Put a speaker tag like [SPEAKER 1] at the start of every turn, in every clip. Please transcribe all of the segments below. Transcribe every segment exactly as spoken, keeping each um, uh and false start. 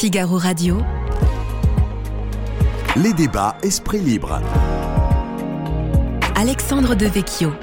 [SPEAKER 1] Figaro Radio.
[SPEAKER 2] Les débats Esprit Libre.
[SPEAKER 1] Alexandre Devecchio.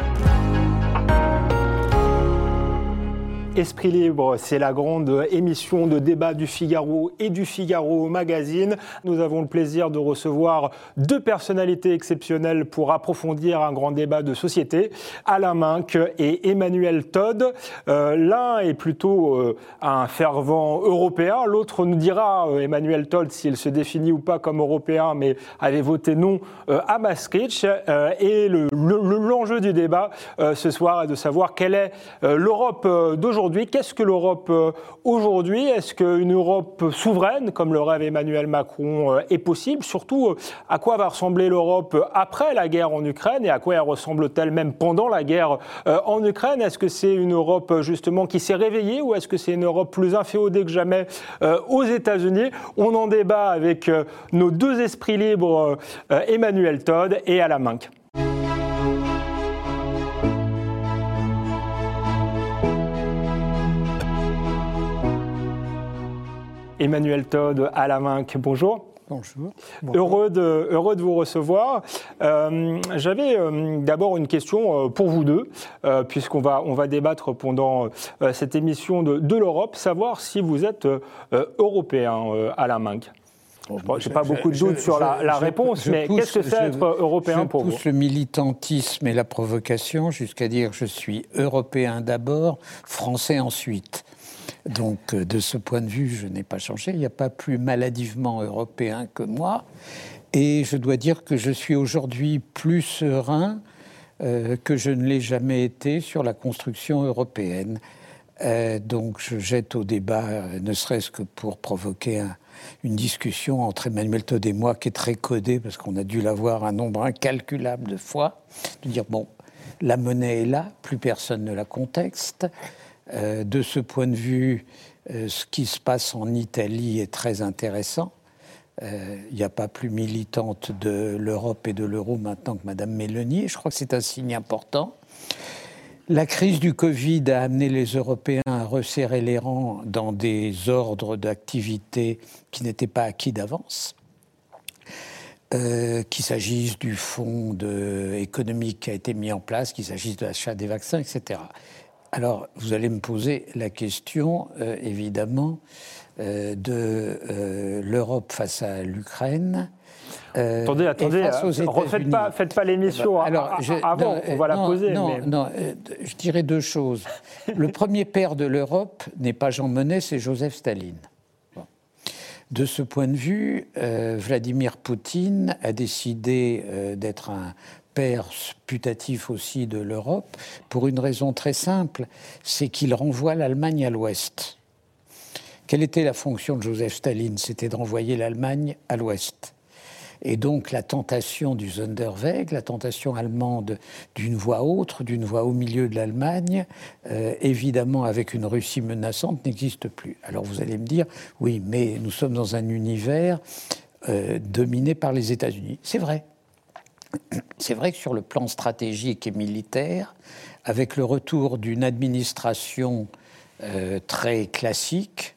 [SPEAKER 3] Esprit Libre, c'est la grande émission de débat du Figaro et du Figaro Magazine. Nous avons le plaisir de recevoir deux personnalités exceptionnelles pour approfondir un grand débat de société, Alain Minc et Emmanuel Todd. Euh, l'un est plutôt euh, un fervent européen, l'autre nous dira, euh, Emmanuel Todd, s'il se définit ou pas comme européen, mais avait voté non euh, à Maastricht. Euh, et le, le, l'enjeu du débat euh, ce soir est de savoir quelle est euh, l'Europe euh, d'aujourd'hui. Qu'est-ce que l'Europe euh, aujourd'hui ? Est-ce qu'une Europe souveraine, comme le rêve Emmanuel Macron, euh, est possible ? Surtout, euh, à quoi va ressembler l'Europe après la guerre en Ukraine et à quoi elle ressemble-t-elle même pendant la guerre euh, en Ukraine ? Est-ce que c'est une Europe justement qui s'est réveillée ou est-ce que c'est une Europe plus inféodée que jamais euh, aux États-Unis ? On en débat avec euh, nos deux esprits libres, euh, Emmanuel Todd et Alain Minc. Emmanuel Todd, Alain Minc, bonjour.
[SPEAKER 4] Bonjour.
[SPEAKER 3] Heureux de, heureux de vous recevoir. Euh, j'avais euh, d'abord une question euh, pour vous deux, euh, puisqu'on va, on va débattre pendant euh, cette émission de, de l'Europe, savoir si vous êtes euh, européen, euh, Alain Minc. Je n'ai pas beaucoup de doutes sur je, la, la je, réponse, je, mais pousse, qu'est-ce que c'est être européen pour vous ?
[SPEAKER 4] Je pousse le militantisme et la provocation jusqu'à dire je suis européen d'abord, français ensuite. Donc, de ce point de vue, je n'ai pas changé. Il n'y a pas plus maladivement européen que moi. Et je dois dire que je suis aujourd'hui plus serein euh, que je ne l'ai jamais été sur la construction européenne. Euh, donc, je jette au débat, euh, ne serait-ce que pour provoquer un, une discussion entre Emmanuel Todd et moi, qui est très codée, parce qu'on a dû la voir un nombre incalculable de fois, de dire, bon, la monnaie est là, plus personne ne la contexte. Euh, de ce point de vue, euh, ce qui se passe en Italie est très intéressant. Il euh, n'y a pas plus militante de l'Europe et de l'euro maintenant que Mme Meloni. Et je crois que c'est un signe important. La crise du Covid a amené les Européens à resserrer les rangs dans des ordres d'activité qui n'étaient pas acquis d'avance. Euh, qu'il s'agisse du fonds de, économique qui a été mis en place, qu'il s'agisse de l'achat des vaccins, et cetera. Alors, vous allez me poser la question, euh, évidemment, euh, de euh, l'Europe face à l'Ukraine.
[SPEAKER 3] Euh, attendez, attendez, euh, refaites pas, faites pas l'émission alors, je, avant, non, on va non, la poser.
[SPEAKER 4] Non,
[SPEAKER 3] mais...
[SPEAKER 4] non, euh, je dirais deux choses. Le premier père de l'Europe n'est pas Jean Monnet, c'est Joseph Staline. Bon. De ce point de vue, euh, Vladimir Poutine a décidé euh, d'être un père putatif aussi de l'Europe, pour une raison très simple, c'est qu'il renvoie l'Allemagne à l'Ouest. Quelle était la fonction de Joseph Staline ? C'était de renvoyer l'Allemagne à l'Ouest. Et donc la tentation du Sonderweg, la tentation allemande d'une voie autre, d'une voie au milieu de l'Allemagne, euh, évidemment avec une Russie menaçante, n'existe plus. Alors vous allez me dire, oui, mais nous sommes dans un univers euh, dominé par les États-Unis. C'est vrai. C'est vrai que sur le plan stratégique et militaire, avec le retour d'une administration euh, très classique,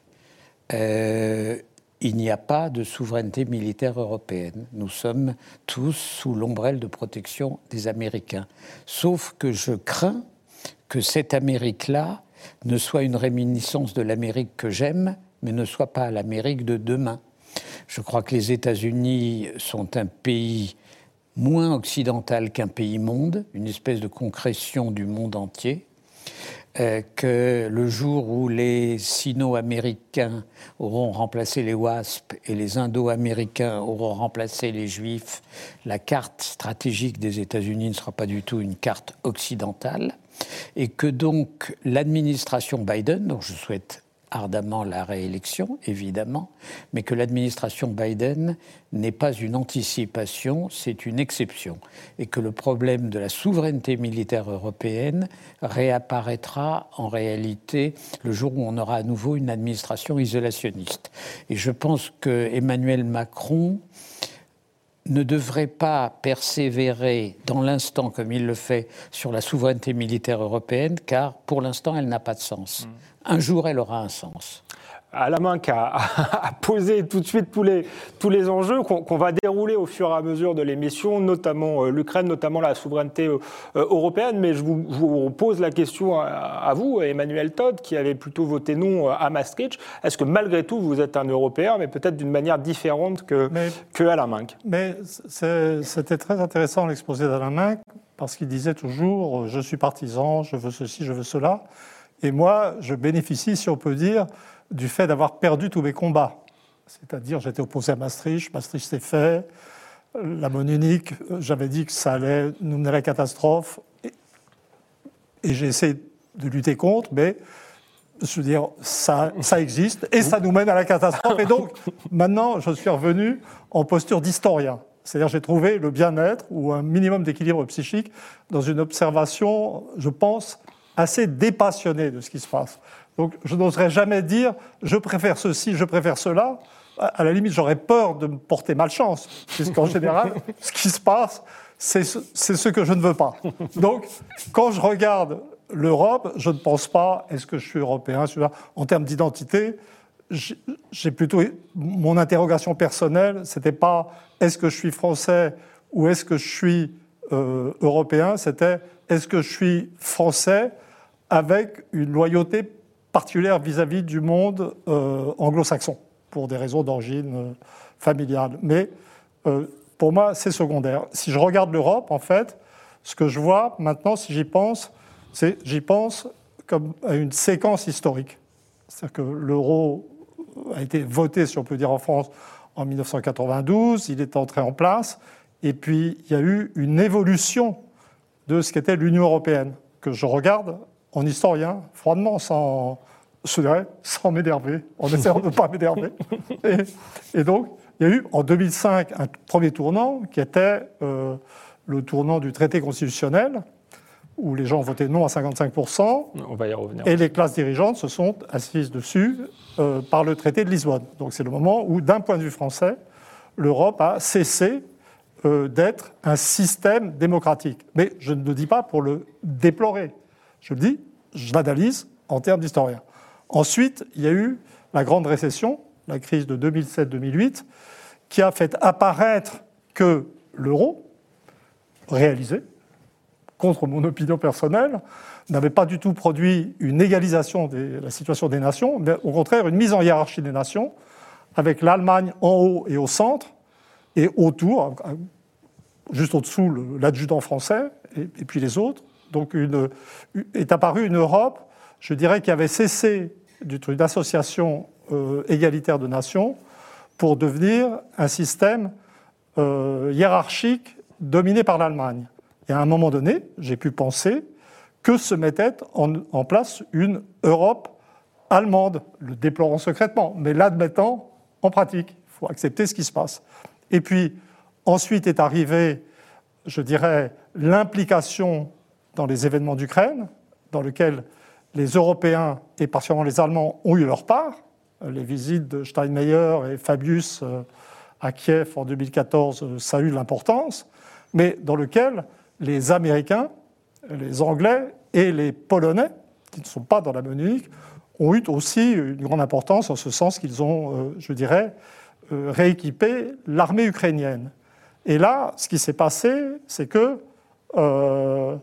[SPEAKER 4] euh, il n'y a pas de souveraineté militaire européenne. Nous sommes tous sous l'ombrelle de protection des Américains. Sauf que je crains que cette Amérique-là ne soit une réminiscence de l'Amérique que j'aime, mais ne soit pas l'Amérique de demain. Je crois que les États-Unis sont un pays moins occidental qu'un pays monde, une espèce de concrétion du monde entier, euh, que le jour où les Sino-Américains auront remplacé les WASP et les Indo-Américains auront remplacé les Juifs, la carte stratégique des États-Unis ne sera pas du tout une carte occidentale, et que donc l'administration Biden, dont je souhaite ardemment la réélection, évidemment, mais que l'administration Biden n'est pas une anticipation, c'est une exception. Et que le problème de la souveraineté militaire européenne réapparaîtra en réalité le jour où on aura à nouveau une administration isolationniste. Et je pense que Emmanuel Macron ne devrait pas persévérer dans l'instant, comme il le fait, sur la souveraineté militaire européenne, car pour l'instant, elle n'a pas de sens. Mmh. Un jour, elle aura un sens.
[SPEAKER 3] Alaminck a, a, a posé tout de suite tous les, tous les enjeux qu'on, qu'on va dérouler au fur et à mesure de l'émission, notamment euh, l'Ukraine, notamment la souveraineté euh, européenne. Mais je vous, je vous pose la question à, à vous, Emmanuel Todt, qui avait plutôt voté non à Maastricht. Est-ce que malgré tout, vous êtes un Européen, mais peut-être d'une manière différente que, mais, que Alaminck?
[SPEAKER 5] Mais c'est, c'était très intéressant l'exposé d'Alaminck, parce qu'il disait toujours « je suis partisan, je veux ceci, je veux cela ». Et moi, je bénéficie, si on peut dire, du fait d'avoir perdu tous mes combats. C'est-à-dire, j'étais opposé à Maastricht, Maastricht s'est fait, la monnaie unique, j'avais dit que ça allait nous mener à la catastrophe, et, et j'ai essayé de lutter contre, mais je veux dire, ça, ça existe, et ça nous mène à la catastrophe. Et donc, maintenant, je suis revenu en posture d'historien. C'est-à-dire, j'ai trouvé le bien-être, ou un minimum d'équilibre psychique, dans une observation, je pense, assez dépassionnée de ce qui se passe. Donc, je n'oserais jamais dire « je préfère ceci, je préfère cela ». À la limite, j'aurais peur de me porter malchance, puisqu'en général, ce qui se passe, c'est ce, c'est ce que je ne veux pas. Donc, quand je regarde l'Europe, je ne pense pas « est-ce que je suis européen ?» En termes d'identité, j'ai plutôt... Mon interrogation personnelle, ce n'était pas « est-ce que je suis français ?» ou « est-ce que je suis euh, européen ?» C'était « est-ce que je suis français ?» avec une loyauté particulière vis-à-vis du monde euh, anglo-saxon, pour des raisons d'origine euh, familiale. Mais euh, pour moi, c'est secondaire. Si je regarde l'Europe, en fait, ce que je vois maintenant, si j'y pense, c'est j'y pense comme à une séquence historique. C'est-à-dire que l'euro a été voté, si on peut dire en France, en dix-neuf cent quatre-vingt-douze, il est entré en place, et puis il y a eu une évolution de ce qu'était l'Union européenne, que je regarde en historien, froidement, sans, je dirais, sans m'énerver, en essayant de ne pas m'énerver. Et, et donc, il y a eu, en deux mille cinq, un premier tournant, qui était euh, le tournant du traité constitutionnel, où les gens ont voté non à cinquante-cinq pour cent.
[SPEAKER 3] On va y revenir.
[SPEAKER 5] Et les classes dirigeantes se sont assises dessus euh, par le traité de Lisbonne. Donc, c'est le moment où, d'un point de vue français, l'Europe a cessé euh, d'être un système démocratique. Mais je ne le dis pas pour le déplorer. Je le dis, je l'analyse en termes d'historien. Ensuite, il y a eu la grande récession, la crise de deux mille sept deux mille huit, qui a fait apparaître que l'euro, réalisé, contre mon opinion personnelle, n'avait pas du tout produit une égalisation de la situation des nations, mais au contraire une mise en hiérarchie des nations, avec l'Allemagne en haut et au centre, et autour, juste au-dessous, l'adjudant français, et, et puis les autres. Donc une, est apparue une Europe, je dirais, qui avait cessé d'une association euh, égalitaire de nations pour devenir un système euh, hiérarchique dominé par l'Allemagne. Et à un moment donné, j'ai pu penser que se mettait en, en place une Europe allemande, le déplorant secrètement, mais l'admettant en pratique. Il faut accepter ce qui se passe. Et puis, ensuite est arrivée, je dirais, l'implication dans les événements d'Ukraine, dans lesquels les Européens et particulièrement les Allemands ont eu leur part. Les visites de Steinmeier et Fabius à Kiev en deux mille quatorze, ça a eu de l'importance, mais dans lequel les Américains, les Anglais et les Polonais, qui ne sont pas dans la monnaie unique, ont eu aussi une grande importance en ce sens qu'ils ont, je dirais, rééquipé l'armée ukrainienne. Et là, ce qui s'est passé, c'est que euh,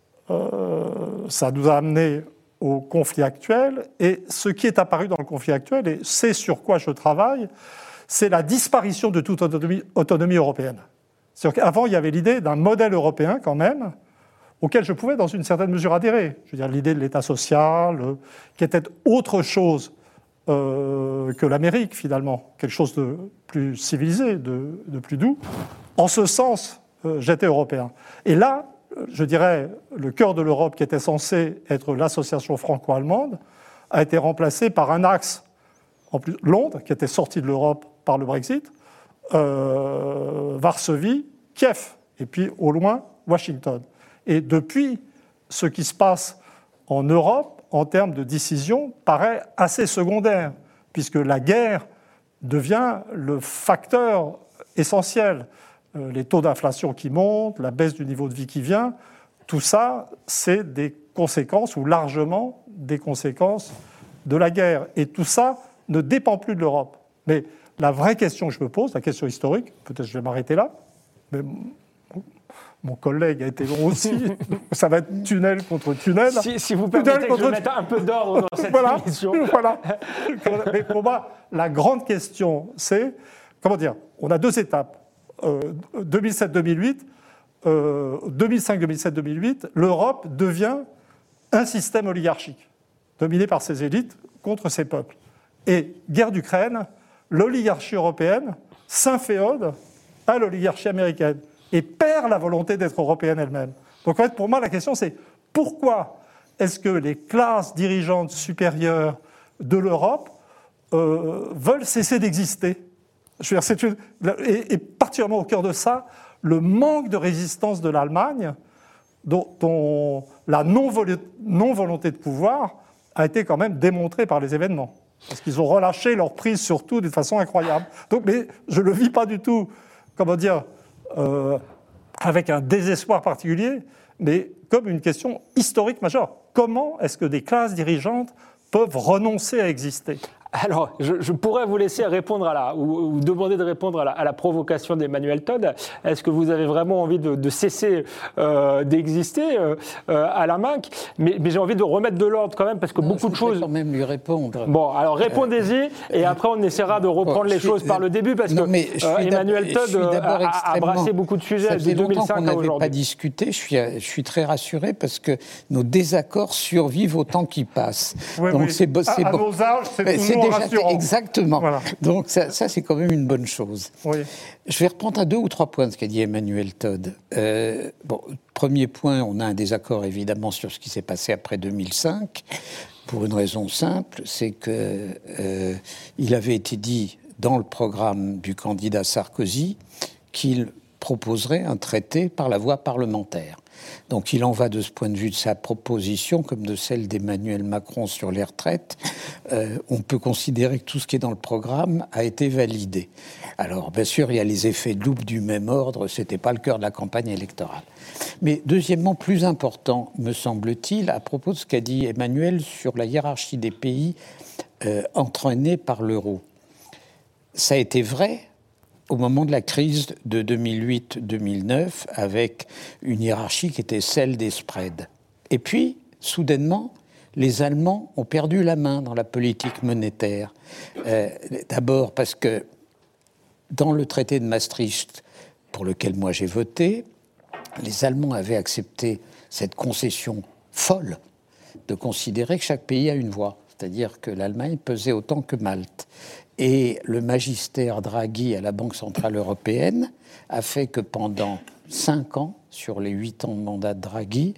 [SPEAKER 5] Euh, ça nous a amené au conflit actuel, et ce qui est apparu dans le conflit actuel, et c'est sur quoi je travaille, c'est la disparition de toute autonomie, autonomie européenne. C'est-à-dire qu'avant, il y avait l'idée d'un modèle européen, quand même, auquel je pouvais, dans une certaine mesure, adhérer. Je veux dire, l'idée de l'État social, euh, qui était autre chose euh, que l'Amérique, finalement, quelque chose de plus civilisé, de, de plus doux. En ce sens, euh, j'étais européen. Et là, je dirais, le cœur de l'Europe, qui était censé être l'association franco-allemande, a été remplacé par un axe, en plus, Londres, qui était sorti de l'Europe par le Brexit, euh, Varsovie, Kiev, et puis au loin, Washington. Et depuis, ce qui se passe en Europe, en termes de décision, paraît assez secondaire, puisque la guerre devient le facteur essentiel. Les taux d'inflation qui montent, la baisse du niveau de vie qui vient, tout ça, c'est des conséquences, ou largement des conséquences de la guerre. Et tout ça ne dépend plus de l'Europe. Mais la vraie question que je me pose, la question historique, peut-être je vais m'arrêter là, mais mon collègue a été long aussi, ça va être tunnel contre tunnel.
[SPEAKER 3] Si, si vous permettez que je mette un peu d'ordre dans cette
[SPEAKER 5] voilà,
[SPEAKER 3] émission.
[SPEAKER 5] Voilà. Mais pour moi, la grande question, c'est, comment dire, on a deux étapes. Euh, deux mille sept deux mille huit, euh, deux mille cinq deux mille sept deux mille huit, l'Europe devient un système oligarchique, dominé par ses élites contre ses peuples. Et guerre d'Ukraine, l'oligarchie européenne s'inféode à l'oligarchie américaine et perd la volonté d'être européenne elle-même. Donc en fait, pour moi, la question c'est pourquoi est-ce que les classes dirigeantes supérieures de l'Europe euh, veulent cesser d'exister ? Je veux dire, c'est une... et, et particulièrement au cœur de ça, le manque de résistance de l'Allemagne, dont, dont la non-volonté de pouvoir a été quand même démontrée par les événements. Parce qu'ils ont relâché leur prise sur tout d'une façon incroyable. Donc, mais je ne le vis pas du tout, comment dire, euh, avec un désespoir particulier, mais comme une question historique majeure. Comment est-ce que des classes dirigeantes peuvent renoncer à exister ?
[SPEAKER 3] Alors, je, je pourrais vous laisser répondre à la, ou, ou demander de répondre à la, à la provocation d'Emmanuel Todd. Est-ce que vous avez vraiment envie de, de cesser euh, d'exister euh, à la M A C ? Mais, mais j'ai envie de remettre de l'ordre quand même, parce que
[SPEAKER 4] non,
[SPEAKER 3] beaucoup de choses...
[SPEAKER 4] Je quand même lui répondre.
[SPEAKER 3] Bon, alors répondez-y, et après on essaiera de reprendre bon, les suis, choses par le début, parce non, que euh, Emmanuel Todd a, a brassé beaucoup de sujets de deux mille cinq à aujourd'hui.
[SPEAKER 4] On n'avait pas discuté, je suis, je suis très rassuré, parce que nos désaccords survivent au temps qui passe.
[SPEAKER 5] Oui,
[SPEAKER 4] Donc
[SPEAKER 5] oui.
[SPEAKER 4] c'est bon,
[SPEAKER 5] à, à
[SPEAKER 4] bon.
[SPEAKER 5] nos âges, c'est toujours
[SPEAKER 4] déjà
[SPEAKER 5] rassurant.
[SPEAKER 4] Exactement.
[SPEAKER 5] Voilà.
[SPEAKER 4] Donc ça, ça, c'est quand même une bonne chose.
[SPEAKER 5] Oui.
[SPEAKER 4] Je vais reprendre à deux ou trois points ce qu'a dit Emmanuel Todd. Euh, bon, premier point, on a un désaccord évidemment sur ce qui s'est passé après deux mille cinq, pour une raison simple, c'est qu'il euh, avait été dit dans le programme du candidat Sarkozy qu'il proposerait un traité par la voie parlementaire. Donc il en va de ce point de vue de sa proposition, comme de celle d'Emmanuel Macron sur les retraites. Euh, on peut considérer que tout ce qui est dans le programme a été validé. Alors bien sûr, il y a les effets de loupe du même ordre, ce n'était pas le cœur de la campagne électorale. Mais deuxièmement, plus important, me semble-t-il, à propos de ce qu'a dit Emmanuel sur la hiérarchie des pays euh, entraînés par l'euro. Ça a été vrai au moment de la crise de deux mille huit deux mille neuf, avec une hiérarchie qui était celle des spreads. Et puis, soudainement, les Allemands ont perdu la main dans la politique monétaire. Euh, d'abord parce que dans le traité de Maastricht, pour lequel moi j'ai voté, les Allemands avaient accepté cette concession folle de considérer que chaque pays a une voix, c'est-à-dire que l'Allemagne pesait autant que Malte. Et le magistère Draghi à la Banque centrale européenne a fait que pendant cinq ans, sur les huit ans de mandat de Draghi,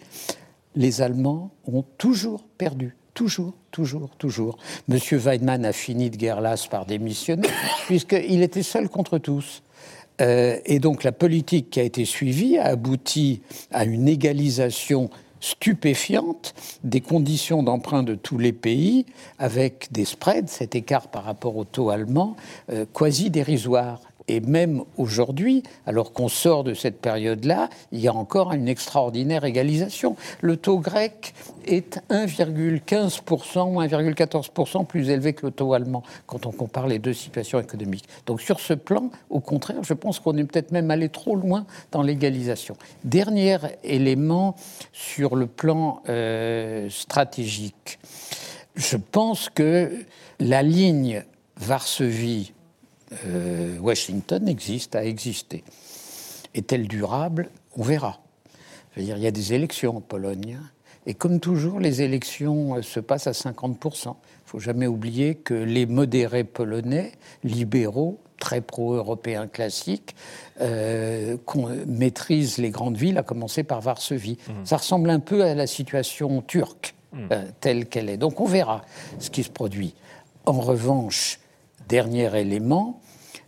[SPEAKER 4] les Allemands ont toujours perdu. Toujours, toujours, toujours. Monsieur Weidmann a fini de guerre lasse par démissionner, puisqu'il était seul contre tous. Euh, et donc la politique qui a été suivie a abouti à une égalisation stupéfiante des conditions d'emprunt de tous les pays, avec des spreads, cet écart par rapport au taux allemand, euh, quasi dérisoire. Et même aujourd'hui, alors qu'on sort de cette période-là, il y a encore une extraordinaire égalisation. Le taux grec est un virgule quinze pour cent ou un virgule quatorze pour cent plus élevé que le taux allemand, quand on compare les deux situations économiques. Donc sur ce plan, au contraire, je pense qu'on est peut-être même allé trop loin dans l'égalisation. Dernier élément sur le plan euh, stratégique. Je pense que la ligne Varsovie Euh, Washington existe, a existé. Est-elle durable ? On verra. Je veux dire, il y a des élections en Pologne. Et comme toujours, les élections se passent à cinquante pour cent. Il ne faut jamais oublier que les modérés polonais, libéraux, très pro-européens classiques, euh, maîtrisent les grandes villes, à commencer par Varsovie. Mmh. Ça ressemble un peu à la situation turque, mmh. euh, telle qu'elle est. Donc on verra ce qui se produit. En revanche, dernier élément,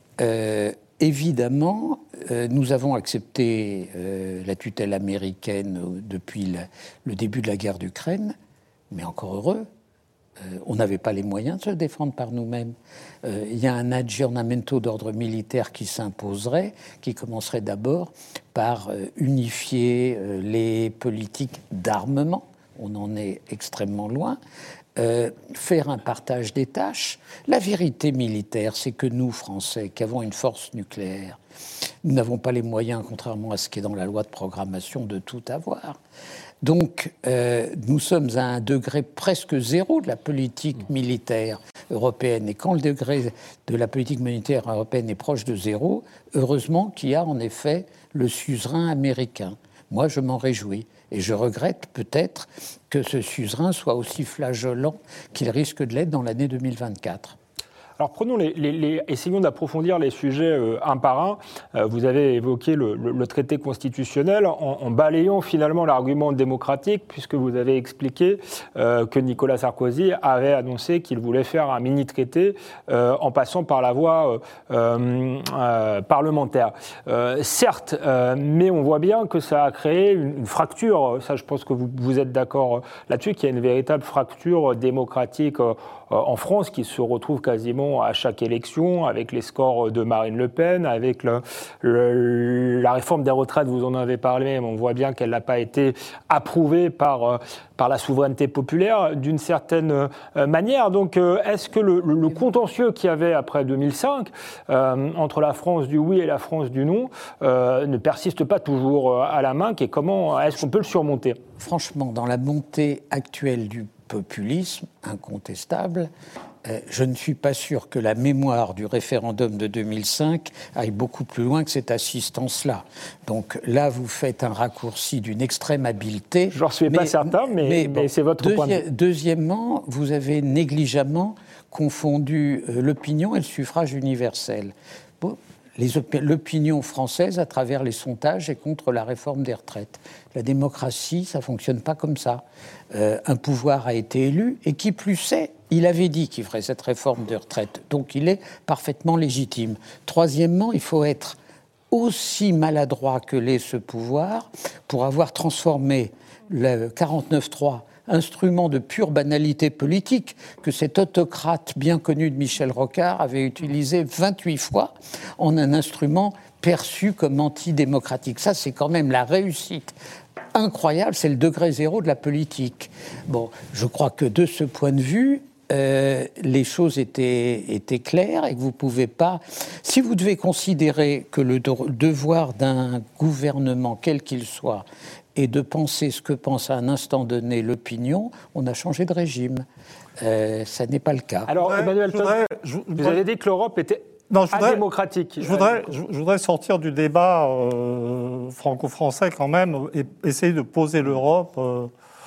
[SPEAKER 4] euh, évidemment, euh, nous avons accepté euh, la tutelle américaine euh, depuis la, le début de la guerre d'Ukraine, mais encore heureux, euh, on n'avait pas les moyens de se défendre par nous-mêmes. Euh, il y a un aggiornamento d'ordre militaire qui s'imposerait, qui commencerait d'abord par euh, unifier euh, les politiques d'armement. On en est extrêmement loin. euh, faire un partage des tâches. La vérité militaire, c'est que nous, Français, qui avons une force nucléaire, nous n'avons pas les moyens, contrairement à ce qui est dans la loi de programmation, de tout avoir. Donc, euh, nous sommes à un degré presque zéro de la politique militaire européenne. Et quand le degré de la politique militaire européenne est proche de zéro, heureusement qu'il y a en effet le suzerain américain. Moi, je m'en réjouis. Et je regrette peut-être que ce suzerain soit aussi flagellant qu'il risque de l'être dans l'année deux mille vingt-quatre.
[SPEAKER 3] Alors prenons les, les, les, essayons d'approfondir les sujets euh, un par un. Euh, vous avez évoqué le, le, le traité constitutionnel en, en balayant finalement l'argument démocratique, puisque vous avez expliqué euh, que Nicolas Sarkozy avait annoncé qu'il voulait faire un mini-traité euh, en passant par la voie euh, euh, parlementaire. Euh, certes, euh, mais on voit bien que ça a créé une, une fracture. Ça, je pense que vous, vous êtes d'accord là-dessus, qu'il y a une véritable fracture démocratique euh, en France qui se retrouve quasiment à chaque élection, avec les scores de Marine Le Pen, avec le, le, la réforme des retraites, vous en avez parlé, mais on voit bien qu'elle n'a pas été approuvée par, par la souveraineté populaire d'une certaine manière. Donc est-ce que le, le contentieux qu'il y avait après deux mille cinq, euh, entre la France du oui et la France du non, euh, ne persiste pas toujours à la main, et comment est-ce qu'on peut le surmonter ?
[SPEAKER 4] Franchement, dans la montée actuelle du populisme incontestable, euh, je ne suis pas sûr que la mémoire du référendum de deux mille cinq aille beaucoup plus loin que cette assistance-là. Donc là, vous faites un raccourci d'une extrême habileté.
[SPEAKER 3] Je n'en suis mais, pas certain, mais, mais, bon, mais c'est votre
[SPEAKER 4] deuxi-
[SPEAKER 3] point de vue.
[SPEAKER 4] Deuxièmement, vous avez négligemment confondu euh, l'opinion et le suffrage universel. Bon, les op- l'opinion française, à travers les sondages, est contre la réforme des retraites. La démocratie, ça ne fonctionne pas comme ça. Euh, un pouvoir a été élu, et qui plus est, il avait dit qu'il ferait cette réforme des retraites. Donc il est parfaitement légitime. Troisièmement, il faut être aussi maladroit que l'est ce pouvoir pour avoir transformé le quarante-neuf trois, instrument de pure banalité politique que cet autocrate bien connu de Michel Rocard avait utilisé vingt-huit fois en un instrument perçu comme antidémocratique. Ça, c'est quand même la réussite incroyable, c'est le degré zéro de la politique. Bon, je crois que de ce point de vue, euh, les choses étaient, étaient claires et que vous ne pouvez pas... Si vous devez considérer que le de- devoir d'un gouvernement, quel qu'il soit, et de penser ce que pense à un instant donné l'opinion, on a changé de régime. Euh, ça n'est pas le cas.
[SPEAKER 3] Alors,
[SPEAKER 5] voudrais,
[SPEAKER 3] Emmanuel
[SPEAKER 5] je voudrais,
[SPEAKER 3] Todd,
[SPEAKER 5] je,
[SPEAKER 3] vous avez dit que l'Europe était
[SPEAKER 5] non, je voudrais,
[SPEAKER 3] adémocratique.
[SPEAKER 5] Je voudrais, je, je voudrais sortir du débat euh, franco-français quand même et essayer de poser l'Europe euh,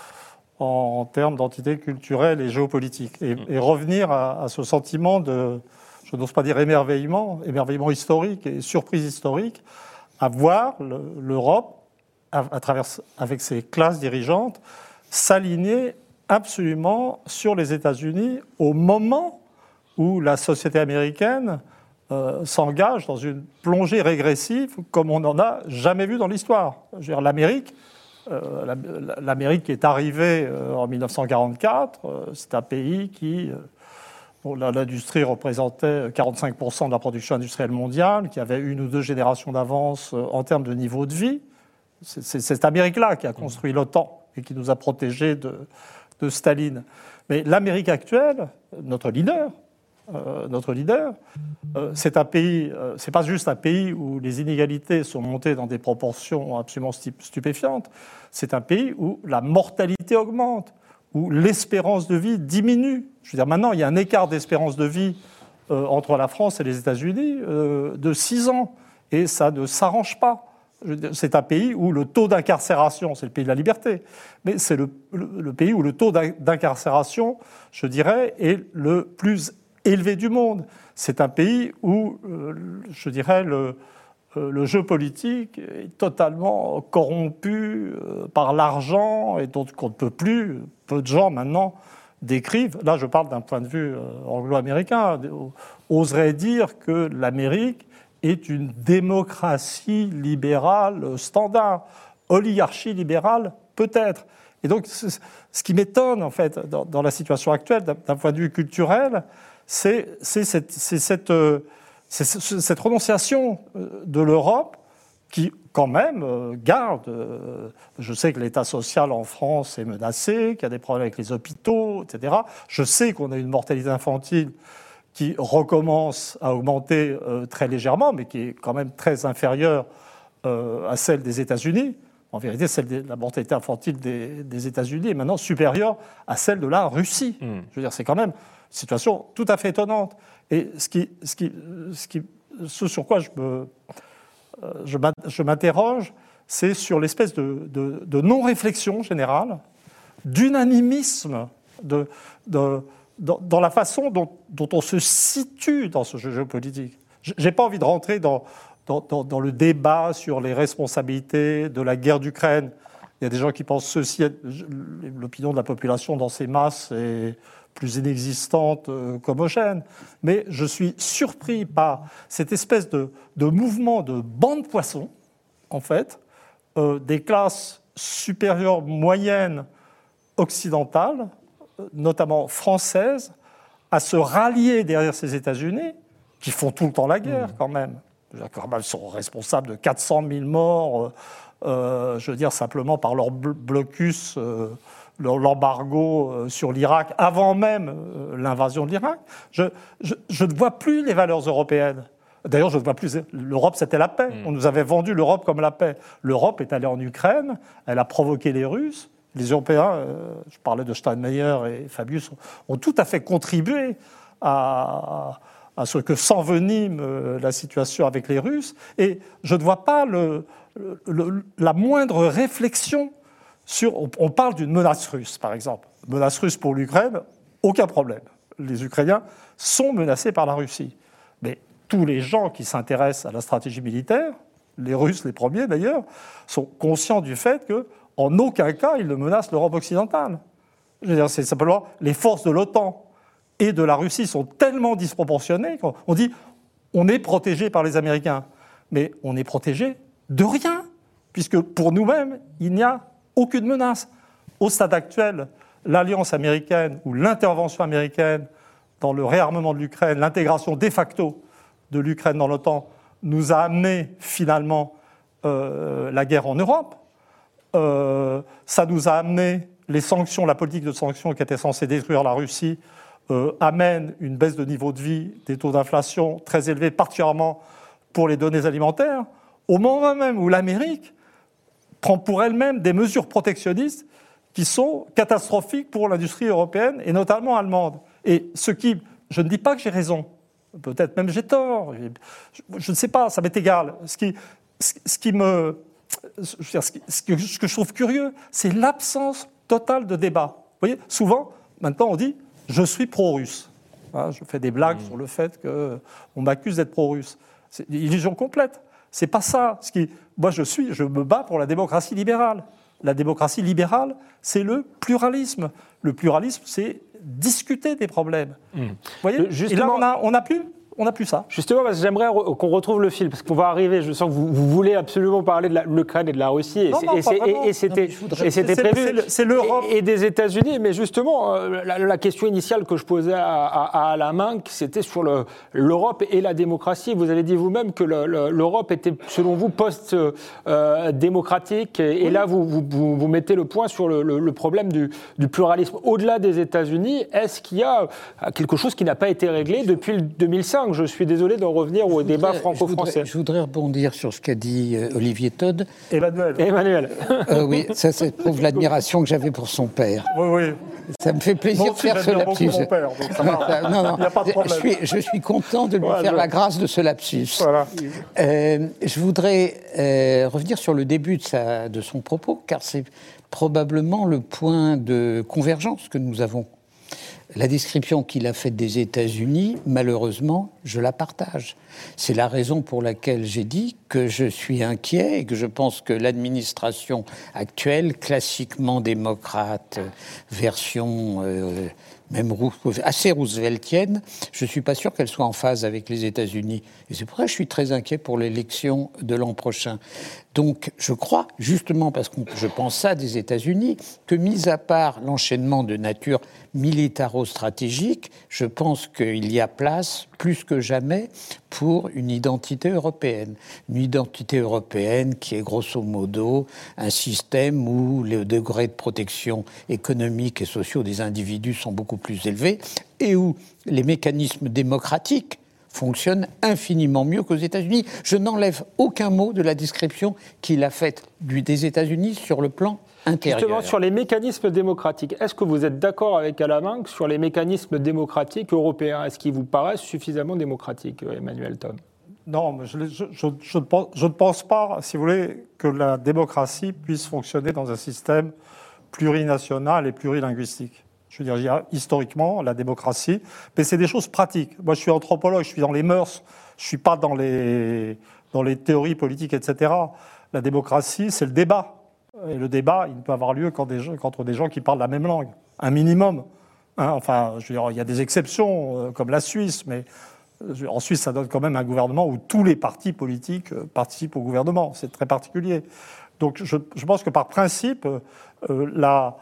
[SPEAKER 5] en, en termes d'entité culturelle et géopolitique et, et revenir à, à ce sentiment de, je n'ose pas dire émerveillement, émerveillement historique et surprise historique, à voir le, l'Europe à, à travers, avec ses classes dirigeantes, s'aligner absolument sur les États-Unis au moment où la société américaine euh, s'engage dans une plongée régressive comme on n'en a jamais vu dans l'histoire. Je veux dire, l'Amérique, euh, la, l'Amérique est arrivée euh, en dix-neuf cent quarante-quatre, euh, c'est un pays qui... Euh, Bon, l'industrie représentait quarante-cinq pour cent de la production industrielle mondiale, qui avait une ou deux générations d'avance en termes de niveau de vie. C'est, c'est cette Amérique-là qui a construit l'OTAN et qui nous a protégés de, de Staline. Mais l'Amérique actuelle, notre leader, euh, notre leader, euh, c'est un pays, euh, c'est pas juste un pays où les inégalités sont montées dans des proportions absolument stupéfiantes. C'est un pays où la mortalité augmente, où l'espérance de vie diminue. Je veux dire, maintenant, il y a un écart d'espérance de vie euh, entre la France et les États-Unis euh, de six ans, et ça ne s'arrange pas. Je veux dire, c'est un pays où le taux d'incarcération, c'est le pays de la liberté, mais c'est le, le, le pays où le taux d'incarcération, je dirais, est le plus élevé du monde. C'est un pays où, euh, je dirais, le... le jeu politique est totalement corrompu par l'argent et dont on ne peut plus. Peu de gens maintenant décrivent, là je parle d'un point de vue anglo-américain, oseraient dire que l'Amérique est une démocratie libérale standard, oligarchie libérale peut-être. Et donc ce qui m'étonne en fait dans, dans la situation actuelle d'un point de vue culturel, c'est, c'est cette... C'est cette C'est cette renonciation de l'Europe qui quand même euh, garde. Euh, je sais que l'état social en France est menacé, qu'il y a des problèmes avec les hôpitaux, et cetera. Je sais qu'on a une mortalité infantile qui recommence à augmenter euh, très légèrement, mais qui est quand même très inférieure euh, à celle des États-Unis. En vérité, celle de la mortalité infantile des, des États-Unis est maintenant supérieure à celle de la Russie. Mmh. Je veux dire, c'est quand même une situation tout à fait étonnante. Et ce, qui, ce, qui, ce, qui, ce sur quoi je, me, je m'interroge, c'est sur l'espèce de, de, de non-réflexion générale, d'unanimisme, de, de, dans, dans la façon dont, dont on se situe dans ce jeu géopolitique. Je n'ai pas envie de rentrer dans... Dans, dans, dans le débat sur les responsabilités de la guerre d'Ukraine. Il y a des gens qui pensent ceci, l'opinion de la population dans ces masses est plus inexistante qu'homogène. Mais je suis surpris par cette espèce de, de mouvement de banc de poissons, en fait, euh, des classes supérieures moyennes occidentales, notamment françaises, à se rallier derrière ces États-Unis, qui font tout le temps la guerre, mmh. quand même. Ils sont responsables de quatre cent mille morts, euh, je veux dire, simplement par leur blocus, euh, leur, l'embargo euh, sur l'Irak, avant même euh, l'invasion de l'Irak. Je, je, je ne vois plus les valeurs européennes. D'ailleurs, je ne vois plus... L'Europe, c'était la paix. Mmh. On nous avait vendu l'Europe comme la paix. L'Europe est allée en Ukraine, elle a provoqué les Russes. Les Européens, euh, je parlais de Steinmeier et Fabius, ont, ont tout à fait contribué à... à ce que s'envenime la situation avec les Russes, et je ne vois pas le, le, la moindre réflexion sur... On, on parle d'une menace russe, par exemple. Menace russe pour l'Ukraine, aucun problème. Les Ukrainiens sont menacés par la Russie. Mais tous les gens qui s'intéressent à la stratégie militaire, les Russes les premiers d'ailleurs, sont conscients du fait qu'en aucun cas ils ne menacent l'Europe occidentale. Je veux dire, c'est simplement les forces de l'OTAN et de la Russie sont tellement disproportionnés qu'on dit on est protégé par les Américains. Mais on est protégé de rien, puisque pour nous-mêmes, il n'y a aucune menace. Au stade actuel, l'alliance américaine ou l'intervention américaine dans le réarmement de l'Ukraine, l'intégration de facto de l'Ukraine dans l'OTAN, nous a amené finalement euh, la guerre en Europe. Euh, ça nous a amené les sanctions, la politique de sanctions qui était censée détruire la Russie, Euh, amène une baisse de niveau de vie, des taux d'inflation très élevés, particulièrement pour les données alimentaires, au moment même où l'Amérique prend pour elle-même des mesures protectionnistes qui sont catastrophiques pour l'industrie européenne et notamment allemande. Et ce qui, je ne dis pas que j'ai raison, peut-être même j'ai tort, je, je ne sais pas, ça m'est égal. Ce qui, ce, ce qui me, ce, qui, ce, que, ce que je trouve curieux, c'est l'absence totale de débat. Vous voyez, souvent, maintenant on dit je suis pro-russe. Hein, je fais des blagues mmh. sur le fait qu'on m'accuse d'être pro-russe. C'est une illusion complète. C'est pas ça. Ce qui, moi, je suis, je me bats pour la démocratie libérale. La démocratie libérale, c'est le pluralisme. Le pluralisme, c'est discuter des problèmes. Mmh. Vous voyez ? Justement, et là, on n'a plus. On n'a plus ça.
[SPEAKER 3] Justement, parce que j'aimerais re- qu'on retrouve le fil, parce qu'on va arriver, je sens que vous, vous voulez absolument parler de la, l'Ukraine et de la Russie, et,
[SPEAKER 5] non,
[SPEAKER 3] c'est,
[SPEAKER 5] non,
[SPEAKER 3] et, c'est, et, et c'était,
[SPEAKER 5] voudrais...
[SPEAKER 3] et c'était
[SPEAKER 5] c'est,
[SPEAKER 3] prévu,
[SPEAKER 5] c'est, c'est, c'est l'Europe.
[SPEAKER 3] Et, et des États-Unis, mais justement, euh, la, la question initiale que je posais à, à, à Alain Minc, c'était sur le, l'Europe et la démocratie. Vous avez dit vous-même que le, le, l'Europe était, selon vous, post-démocratique, euh, et, oui. et là, vous, vous, vous mettez le point sur le, le, le problème du, du pluralisme. Au-delà des États-Unis, est-ce qu'il y a quelque chose qui n'a pas été réglé depuis deux mille cinq ? Je suis désolé de revenir au débat franco-français.
[SPEAKER 4] Je, je voudrais rebondir sur ce qu'a dit euh, Olivier Todd.
[SPEAKER 5] Emmanuel.
[SPEAKER 3] Emmanuel.
[SPEAKER 4] Euh, oui, ça, ça prouve l'admiration que j'avais pour son père.
[SPEAKER 5] Oui, oui.
[SPEAKER 4] Ça me fait plaisir de faire ce lapsus.
[SPEAKER 5] Mon père, donc ça va.
[SPEAKER 4] non, non.
[SPEAKER 5] Il n'y a pas de problème.
[SPEAKER 4] Je suis, je suis content de lui
[SPEAKER 5] voilà,
[SPEAKER 4] faire
[SPEAKER 5] je...
[SPEAKER 4] la grâce de ce lapsus.
[SPEAKER 5] Voilà.
[SPEAKER 4] Euh, je voudrais euh, revenir sur le début de, sa, de son propos, car c'est probablement le point de convergence que nous avons. La description qu'il a faite des États-Unis, malheureusement, je la partage. C'est la raison pour laquelle j'ai dit que je suis inquiet et que je pense que l'administration actuelle, classiquement démocrate, version euh, même assez rooseveltienne, je ne suis pas sûr qu'elle soit en phase avec les États-Unis. Et c'est pour ça que je suis très inquiet pour l'élection de l'an prochain. Donc, je crois, justement parce que je pense ça des États-Unis, que mis à part l'enchaînement de nature militaro-stratégique, je pense qu'il y a place plus que jamais pour une identité européenne. Une identité européenne qui est grosso modo un système où les degrés de protection économique et sociaux des individus sont beaucoup plus élevés et où les mécanismes démocratiques fonctionnent infiniment mieux qu'aux États-Unis. Je n'enlève aucun mot de la description qu'il a faite du, des États-Unis sur le plan intérieur.
[SPEAKER 3] Justement, sur les mécanismes démocratiques, est-ce que vous êtes d'accord avec Alain Minc sur les mécanismes démocratiques européens? Est-ce qu'ils vous paraissent suffisamment démocratiques, Emmanuel Thom?
[SPEAKER 5] Non, mais je, je, je, je, ne pense, je ne pense pas, si vous voulez, que la démocratie puisse fonctionner dans un système plurinational et plurilinguistique. Je veux dire, historiquement, la démocratie, mais c'est des choses pratiques. Moi, je suis anthropologue, je suis dans les mœurs, je ne suis pas dans les, dans les théories politiques, et cetera. La démocratie, c'est le débat. Et le débat, il ne peut avoir lieu qu'entre des, qu'entre des gens qui parlent la même langue, un minimum. Hein, enfin, je veux dire, il y a des exceptions, euh, comme la Suisse, mais euh, en Suisse, ça donne quand même un gouvernement où tous les partis politiques euh, participent au gouvernement. C'est très particulier. Donc, je, je pense que par principe, euh, la...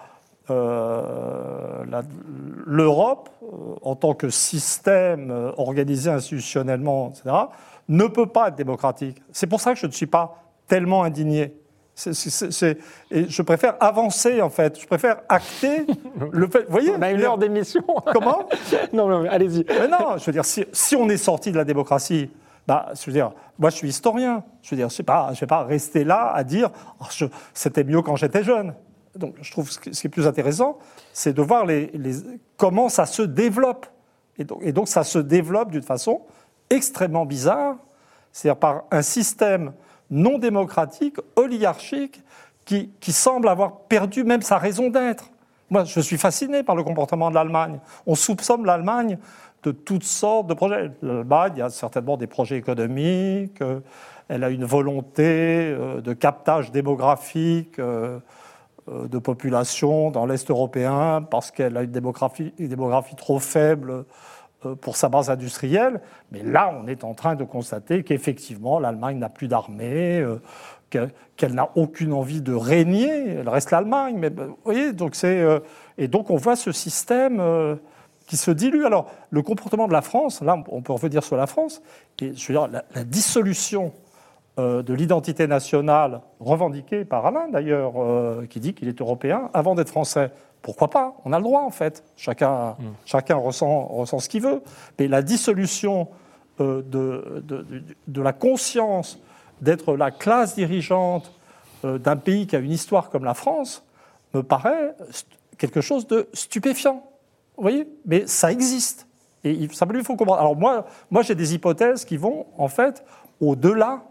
[SPEAKER 5] Euh, la, l'Europe, euh, en tant que système euh, organisé institutionnellement, et cetera, ne peut pas être démocratique. C'est pour ça que je ne suis pas tellement indigné. C'est, c'est, c'est, et je préfère avancer, en fait. Je préfère acter le fait... Vous voyez,
[SPEAKER 3] on a une heure d'émission.
[SPEAKER 5] Comment?
[SPEAKER 3] Non, non, allez-y.
[SPEAKER 5] Mais non, je veux dire, si, si on est sorti de la démocratie... Bah, je veux dire, moi, je suis historien. Je veux dire, je ne vais, vais pas rester là à dire oh, je, c'était mieux quand j'étais jeune. Donc, je trouve que ce qui est plus intéressant, c'est de voir les, les, comment ça se développe. Et donc, et donc, ça se développe d'une façon extrêmement bizarre, c'est-à-dire par un système non démocratique, oligarchique, qui, qui semble avoir perdu même sa raison d'être. Moi, je suis fasciné par le comportement de l'Allemagne. On soupçonne l'Allemagne de toutes sortes de projets. L'Allemagne, il y a certainement des projets économiques, euh, elle a une volonté euh, de captage démographique, euh, de population dans l'Est européen parce qu'elle a une démographie, une démographie trop faible pour sa base industrielle. Mais là, on est en train de constater qu'effectivement, l'Allemagne n'a plus d'armée, qu'elle n'a aucune envie de régner. Elle reste l'Allemagne. Mais, vous voyez, donc c'est, et donc on voit ce système qui se dilue. Alors, le comportement de la France, là, on peut revenir sur la France, et je veux dire, la, la dissolution de l'identité nationale revendiquée par Alain, d'ailleurs, euh, qui dit qu'il est européen, avant d'être français. Pourquoi pas? On a le droit, en fait. Chacun, mmh. chacun ressent, ressent ce qu'il veut. Mais la dissolution euh, de, de, de, de la conscience d'être la classe dirigeante euh, d'un pays qui a une histoire comme la France me paraît quelque chose de stupéfiant. Vous voyez? Mais ça existe. Et il, ça, il faut comprendre. Alors moi, moi, j'ai des hypothèses qui vont, en fait, au-delà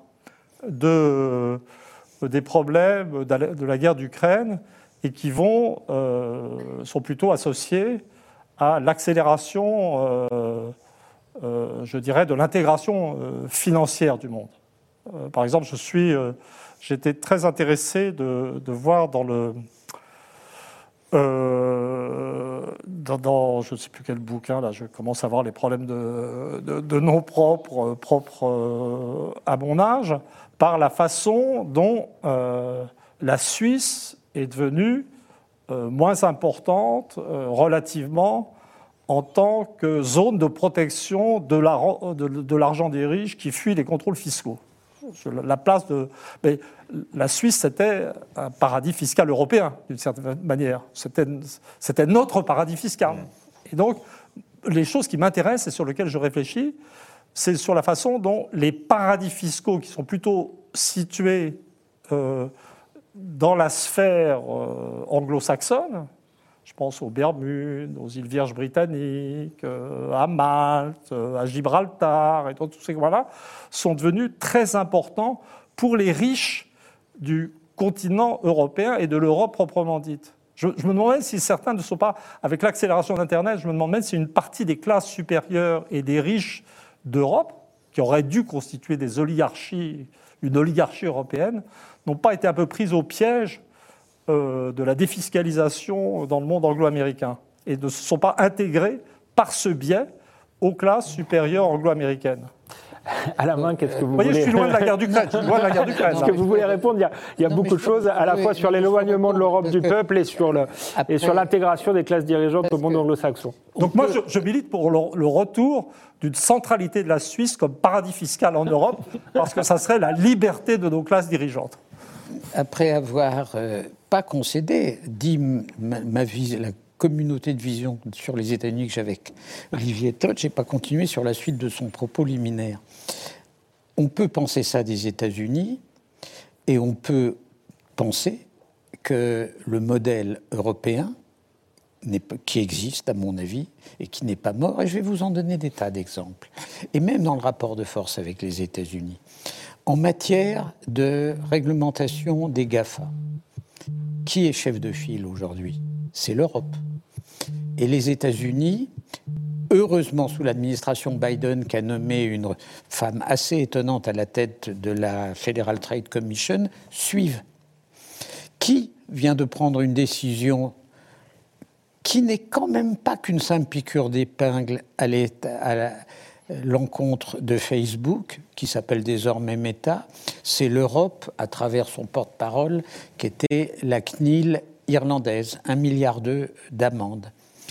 [SPEAKER 5] De, des problèmes de la, de la guerre d'Ukraine et qui vont, euh, sont plutôt associés à l'accélération, euh, euh, je dirais, de l'intégration euh, financière du monde. Euh, par exemple, je suis, euh, j'étais très intéressé de, de voir dans le... Euh, dans, dans je ne sais plus quel bouquin, là, je commence à voir les problèmes de, de, de noms propres, propres euh, à mon âge, par la façon dont euh, la Suisse est devenue euh, moins importante euh, relativement en tant que zone de protection de, la, de, de l'argent des riches qui fuit les contrôles fiscaux. La place de, mais la Suisse, c'était un paradis fiscal européen, d'une certaine manière. C'était, c'était notre paradis fiscal. Et donc, les choses qui m'intéressent et sur lesquelles je réfléchis, c'est sur la façon dont les paradis fiscaux, qui sont plutôt situés euh, dans la sphère euh, anglo-saxonne, je pense aux Bermudes, aux îles Vierges britanniques, euh, à Malte, euh, à Gibraltar, et tous ces coins-là, sont devenus très importants pour les riches du continent européen et de l'Europe proprement dite. Je, je me demande même si certains ne sont pas, avec l'accélération d'Internet, je me demande même si une partie des classes supérieures et des riches d'Europe, qui auraient dû constituer des oligarchies, une oligarchie européenne, n'ont pas été un peu prises au piège euh, de la défiscalisation dans le monde anglo-américain et ne se sont pas intégrés par ce biais aux classes supérieures anglo-américaines.
[SPEAKER 3] à la main, qu'est-ce que vous,
[SPEAKER 5] vous voyez,
[SPEAKER 3] voulez...
[SPEAKER 5] je suis loin de la guerre d'Ukraine. Je suis loin de la guerre d'Ukraine.
[SPEAKER 3] Qu'est-ce que vous voulez répondre? Il y a, il y a
[SPEAKER 4] non,
[SPEAKER 3] beaucoup de choses, à la fois sur l'éloignement de l'Europe du peuple et sur, le,
[SPEAKER 4] après,
[SPEAKER 3] et sur l'intégration des classes dirigeantes au monde anglo-saxon.
[SPEAKER 5] Donc moi, je, je milite pour le, le retour d'une centralité de la Suisse comme paradis fiscal en Europe, parce que ça serait la liberté de nos classes dirigeantes.
[SPEAKER 4] Après avoir euh, pas concédé, dit ma, ma vis, la communauté de vision sur les États-Unis que j'avais avec Olivier Todt, j'ai pas continué sur la suite de son propos liminaire. On peut penser ça des États-Unis et on peut penser que le modèle européen, qui existe à mon avis et qui n'est pas mort, et je vais vous en donner des tas d'exemples, et même dans le rapport de force avec les États-Unis, en matière de réglementation des GAFA. Qui est chef de file aujourd'hui? C'est l'Europe. Et les États-Unis, heureusement sous l'administration Biden, qui a nommé une femme assez étonnante à la tête de la Federal Trade Commission, suivent. Qui vient de prendre une décision qui n'est quand même pas qu'une simple piqûre d'épingle à l'encontre de Facebook, qui s'appelle désormais Meta? C'est l'Europe, à travers son porte-parole, qui était la C N I L irlandaise, un milliard deux d'amende.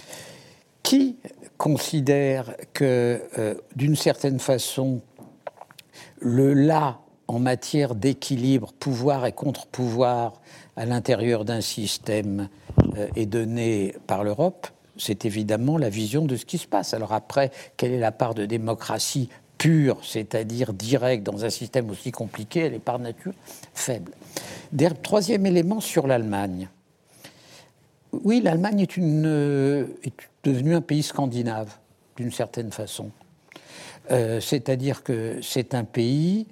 [SPEAKER 4] Qui considère que, euh, d'une certaine façon, le là en matière d'équilibre, pouvoir et contre-pouvoir à l'intérieur d'un système euh, est donné par l'Europe? C'est évidemment la vision de ce qui se passe. Alors après, quelle est la part de démocratie pure, c'est-à-dire directe, dans un système aussi compliqué? Elle est par nature faible. Troisième élément sur l'Allemagne. Oui, l'Allemagne est, une, euh, est devenue un pays scandinave, d'une certaine façon. Euh, c'est-à-dire que c'est un pays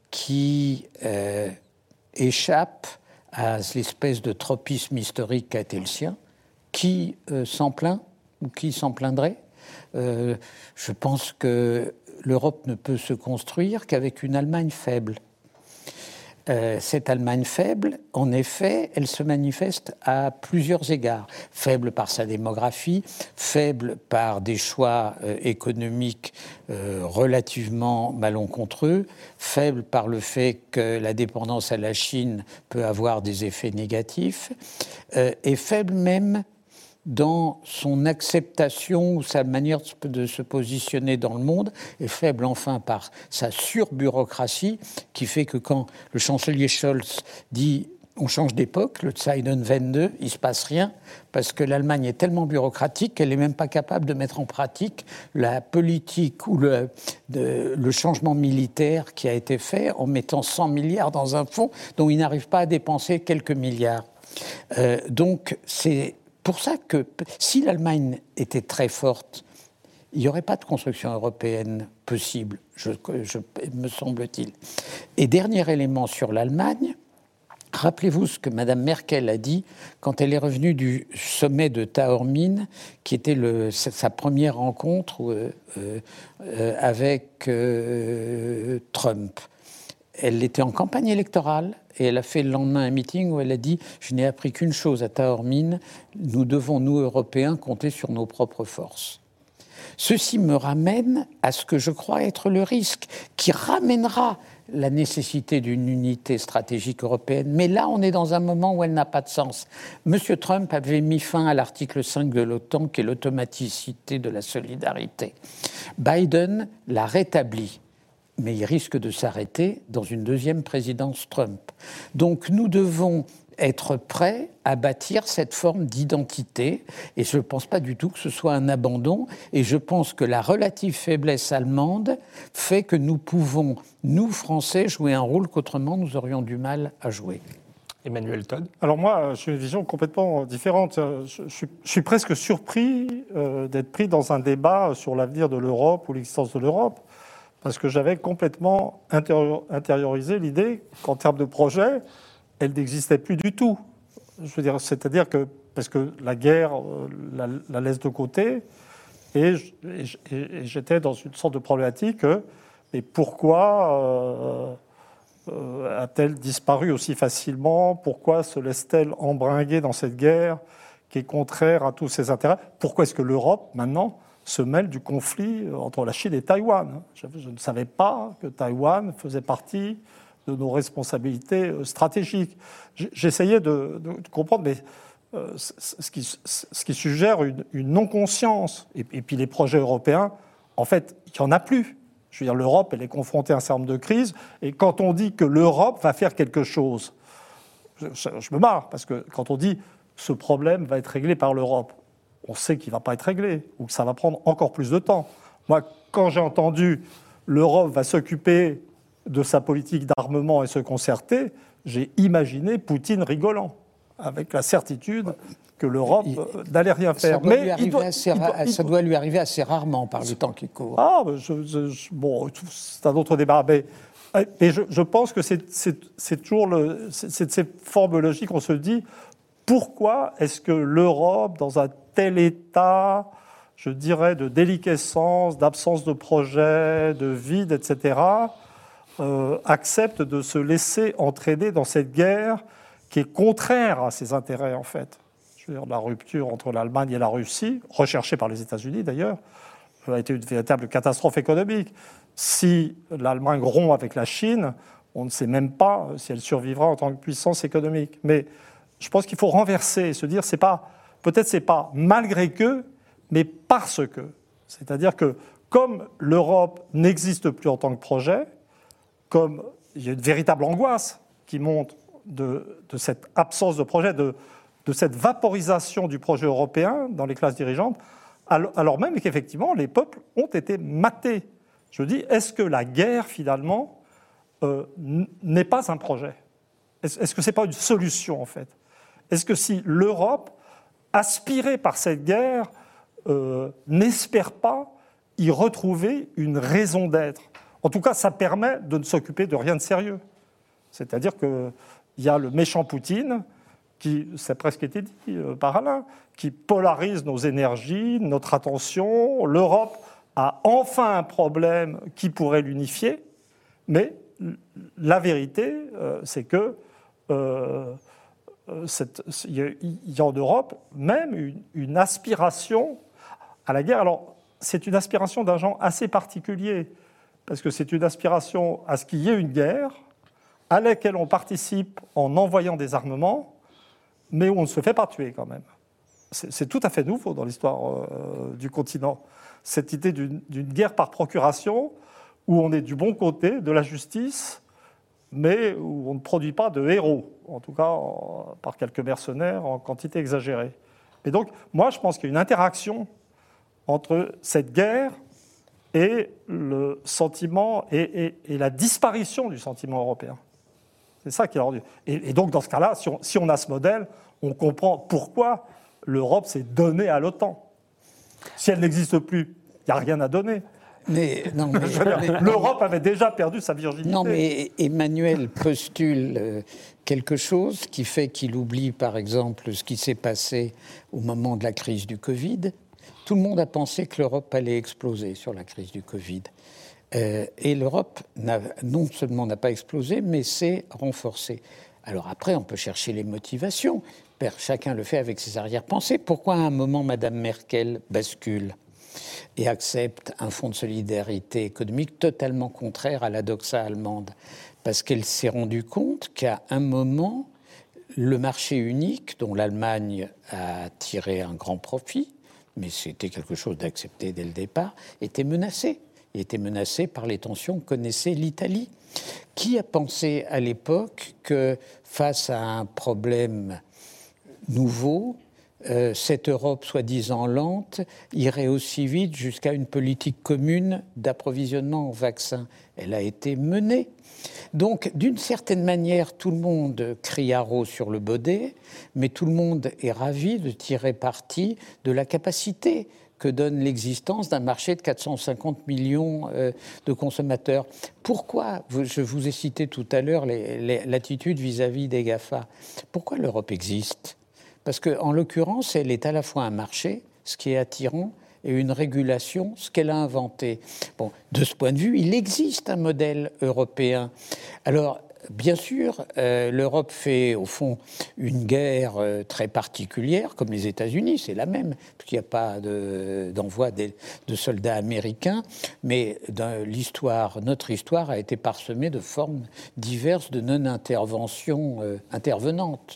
[SPEAKER 4] qui euh, échappe à l'espèce de tropisme historique qu'a été le sien. Qui euh, s'en plaint ou qui s'en plaindrait? euh, Je pense que l'Europe ne peut se construire qu'avec une Allemagne faible. Euh, cette Allemagne faible, en effet, elle se manifeste à plusieurs égards. Faible par sa démographie, faible par des choix euh, économiques euh, relativement malencontreux, faible par le fait que la dépendance à la Chine peut avoir des effets négatifs, euh, et faible même dans son acceptation ou sa manière de se positionner dans le monde, est faible enfin par sa surbureaucratie, qui fait que quand le chancelier Scholz dit « on change d'époque », le Zeitenwende, il ne se passe rien, parce que l'Allemagne est tellement bureaucratique qu'elle n'est même pas capable de mettre en pratique la politique ou le, de, le changement militaire qui a été fait en mettant cent milliards dans un fonds dont il n'arrive pas à dépenser quelques milliards. Euh, donc c'est pour ça que si l'Allemagne était très forte, il n'y aurait pas de construction européenne possible, je, je, me semble-t-il. Et dernier élément sur l'Allemagne, rappelez-vous ce que Mme Merkel a dit quand elle est revenue du sommet de Taormine, qui était le, sa première rencontre euh, euh, avec euh, Trump. Elle était en campagne électorale et elle a fait le lendemain un meeting où elle a dit « Je n'ai appris qu'une chose à Taormine, nous devons, nous, Européens, compter sur nos propres forces ». Ceci me ramène à ce que je crois être le risque, qui ramènera la nécessité d'une unité stratégique européenne. Mais là, on est dans un moment où elle n'a pas de sens. Monsieur Trump avait mis fin à l'article cinq de l'OTAN, qui est l'automaticité de la solidarité. Biden l'a rétabli. Mais il risque de s'arrêter dans une deuxième présidence Trump. Donc nous devons être prêts à bâtir cette forme d'identité, et je ne pense pas du tout que ce soit un abandon, et je pense que la relative faiblesse allemande fait que nous pouvons, nous Français, jouer un rôle qu'autrement nous aurions du mal à jouer.
[SPEAKER 3] Emmanuel Todt.
[SPEAKER 5] Alors moi, j'ai une vision complètement différente. Je, je, je suis presque surpris euh, d'être pris dans un débat sur l'avenir de l'Europe ou l'existence de l'Europe, parce que j'avais complètement intériorisé l'idée qu'en termes de projet, elle n'existait plus du tout. Je veux dire, c'est-à-dire que, parce que la guerre la, la laisse de côté, et, et, et j'étais dans une sorte de problématique, mais pourquoi euh, euh, a-t-elle disparu aussi facilement? Pourquoi se laisse-t-elle embringuer dans cette guerre qui est contraire à tous ses intérêts? Pourquoi est-ce que l'Europe, maintenant, se mêle du conflit entre la Chine et Taïwan. Je, je ne savais pas que Taïwan faisait partie de nos responsabilités stratégiques. J'essayais de, de, de comprendre, mais euh, ce, qui, ce qui suggère une, une non-conscience. Et, et puis les projets européens, en fait, il n'y en a plus. Je veux dire, l'Europe, elle est confrontée à un certain nombre de crises, et quand on dit que l'Europe va faire quelque chose, je, je me marre, parce que quand on dit ce problème va être réglé par l'Europe, on sait qu'il ne va pas être réglé, ou que ça va prendre encore plus de temps. Moi, quand j'ai entendu l'Europe va s'occuper de sa politique d'armement et se concerter, j'ai imaginé Poutine rigolant, avec la certitude que l'Europe n'allait rien faire.
[SPEAKER 4] Ça doit, Mais lui, doit, assez ra- doit, ça doit lui arriver assez rarement par le temps qui court.
[SPEAKER 5] Ah, je, je, bon, c'est un autre débat. Mais, mais je, je pense que c'est, c'est, c'est toujours le, c'est, c'est de ces formes logiques qu'on se dit, pourquoi est-ce que l'Europe, dans un tel état, je dirais, de déliquescence, d'absence de projet, de vide, et cetera, euh, accepte de se laisser entraîner dans cette guerre qui est contraire à ses intérêts, en fait. Je veux dire, la rupture entre l'Allemagne et la Russie, recherchée par les États-Unis d'ailleurs, a été une véritable catastrophe économique. Si l'Allemagne rompt avec la Chine, on ne sait même pas si elle survivra en tant que puissance économique. Mais je pense qu'il faut renverser et se dire, c'est pas, peut-être c'est pas malgré que, mais parce que. C'est-à-dire que comme l'Europe n'existe plus en tant que projet, comme il y a une véritable angoisse qui monte de, de cette absence de projet, de, de cette vaporisation du projet européen dans les classes dirigeantes, alors même qu'effectivement les peuples ont été matés. Je dis, est-ce que la guerre finalement euh, n'est pas un projet ? Est-ce, est-ce que ce n'est pas une solution en fait ? Est-ce que si l'Europe, aspirée par cette guerre, euh, n'espère pas y retrouver une raison d'être ? En tout cas, ça permet de ne s'occuper de rien de sérieux. C'est-à-dire qu'il y a le méchant Poutine, qui, ça a presque été dit euh, par Alain, qui polarise nos énergies, notre attention. L'Europe a enfin un problème qui pourrait l'unifier, mais la vérité, euh, c'est que euh, il y, y a en Europe même une, une aspiration à la guerre. Alors, c'est une aspiration d'un genre assez particulier, parce que c'est une aspiration à ce qu'il y ait une guerre à laquelle on participe en envoyant des armements, mais où on ne se fait pas tuer quand même. C'est, c'est tout à fait nouveau dans l'histoire euh, du continent. Cette idée d'une, d'une guerre par procuration, où on est du bon côté de la justice, mais où on ne produit pas de héros, en tout cas en, par quelques mercenaires en quantité exagérée. Et donc, moi, je pense qu'il y a une interaction entre cette guerre et le sentiment et, et, et la disparition du sentiment européen. C'est ça qui est rendu. Et, et donc, dans ce cas-là, si on, si on a ce modèle, on comprend pourquoi l'Europe s'est donnée à l'OTAN. Si elle n'existe plus, il n'y a rien à donner.
[SPEAKER 4] Mais, non, mais,
[SPEAKER 5] dire, l'Europe avait déjà perdu sa virginité.
[SPEAKER 4] Non, mais Emmanuel postule quelque chose qui fait qu'il oublie, par exemple, ce qui s'est passé au moment de la crise du Covid. Tout le monde a pensé que l'Europe allait exploser sur la crise du Covid. Euh, et l'Europe n'a, non seulement n'a pas explosé, mais s'est renforcée. Alors après, on peut chercher les motivations. Chacun le fait avec ses arrière-pensées. Pourquoi à un moment, Mme Merkel bascule et accepte un fonds de solidarité économique totalement contraire à la doxa allemande ? Parce qu'elle s'est rendue compte qu'à un moment, le marché unique, dont l'Allemagne a tiré un grand profit, mais c'était quelque chose d'accepté dès le départ, était menacé. Il était menacé par les tensions que connaissait l'Italie. Qui a pensé à l'époque que face à un problème nouveau, euh, cette Europe soi-disant lente irait aussi vite jusqu'à une politique commune d'approvisionnement en vaccins ? Elle a été menée. Donc, d'une certaine manière, tout le monde crie haro sur le baudet, mais tout le monde est ravi de tirer parti de la capacité que donne l'existence d'un marché de quatre cent cinquante millions euh, de consommateurs. Pourquoi, je vous ai cité tout à l'heure les, les, l'attitude vis-à-vis des GAFA. Pourquoi l'Europe existe ? Parce qu'en l'occurrence, elle est à la fois un marché, ce qui est attirant, et une régulation, ce qu'elle a inventé. Bon, de ce point de vue, il existe un modèle européen. Alors, bien sûr, euh, l'Europe fait au fond une guerre euh, très particulière, comme les États-Unis, c'est la même, puisqu'il n'y a pas de, d'envoi de, de soldats américains, mais dans l'histoire, notre histoire a été parsemée de formes diverses de non-intervention euh, intervenantes.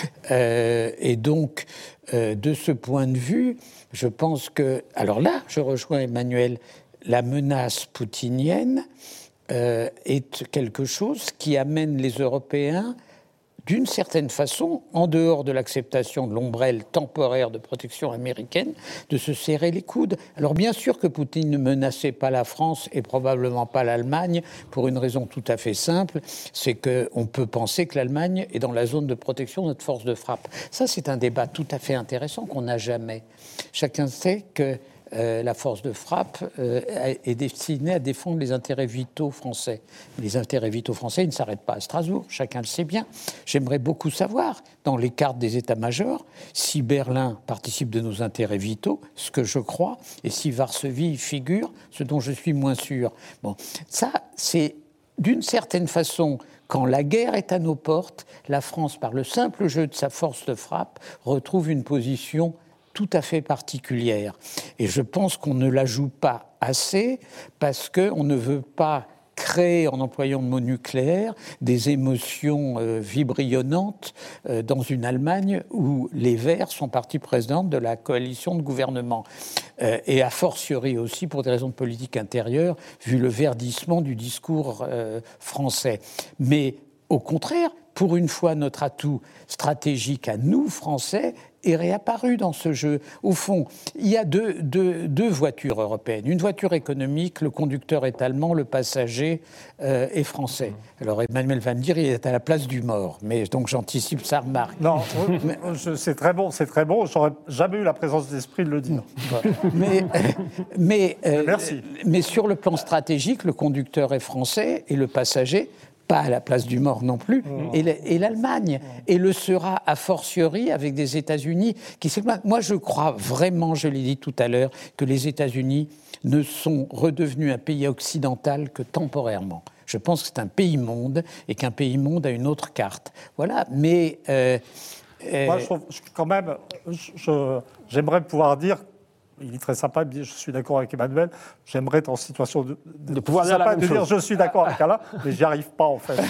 [SPEAKER 4] Euh, et donc, euh, de ce point de vue, je pense que... Alors là, je rejoins Emmanuel, la menace poutinienne euh, est quelque chose qui amène les Européens, d'une certaine façon, en dehors de l'acceptation de l'ombrelle temporaire de protection américaine, de se serrer les coudes. Alors bien sûr que Poutine ne menaçait pas la France et probablement pas l'Allemagne, pour une raison tout à fait simple, c'est qu'on peut penser que l'Allemagne est dans la zone de protection de notre force de frappe. Ça, c'est un débat tout à fait intéressant qu'on n'a jamais. Chacun sait que Euh, la force de frappe euh, est destinée à défendre les intérêts vitaux français. Les intérêts vitaux français, ils ne s'arrêtent pas à Strasbourg, chacun le sait bien. J'aimerais beaucoup savoir, dans les cartes des états-majors, si Berlin participe de nos intérêts vitaux, ce que je crois, et si Varsovie y figure, ce dont je suis moins sûr. Bon, ça, c'est d'une certaine façon, quand la guerre est à nos portes, la France, par le simple jeu de sa force de frappe, retrouve une position tout à fait particulière. Et je pense qu'on ne la joue pas assez parce qu'on ne veut pas créer, en employant le mot nucléaire, des émotions euh, vibrillonnantes euh, dans une Allemagne où les Verts sont partie présidente de la coalition de gouvernement. Euh, et a fortiori aussi pour des raisons de politique intérieure, vu le verdissement du discours euh, français. Mais au contraire, pour une fois, notre atout stratégique à nous, Français, est réapparu dans ce jeu. Au fond, il y a deux, deux, deux voitures européennes. Une voiture économique, le conducteur est allemand, le passager euh, est français. Alors Emmanuel va me dire, il est à la place du mort. Mais donc j'anticipe sa remarque.
[SPEAKER 5] Non, mais, c'est très bon, c'est très bon. J'aurais jamais eu la présence d'esprit de le dire.
[SPEAKER 4] mais, mais, euh,
[SPEAKER 5] Merci.
[SPEAKER 4] Mais sur le plan stratégique, le conducteur est français et le passager pas à la place du mort non plus, mmh. et l'Allemagne, mmh. et le sera a fortiori avec des États-Unis qui s'éloignent. Moi, je crois vraiment, je l'ai dit tout à l'heure, que les États-Unis ne sont redevenus un pays occidental que temporairement. Je pense que c'est un pays-monde et qu'un pays-monde a une autre carte. Voilà, mais... Euh,
[SPEAKER 5] euh... Moi, je trouve, quand même, je, je, j'aimerais pouvoir dire... Il est très sympa, je suis d'accord avec Emmanuel. J'aimerais être en situation de, de,
[SPEAKER 3] de pouvoir dire, la même
[SPEAKER 5] de dire
[SPEAKER 3] chose.
[SPEAKER 5] Je suis d'accord avec Alain, mais j'y arrive pas en fait.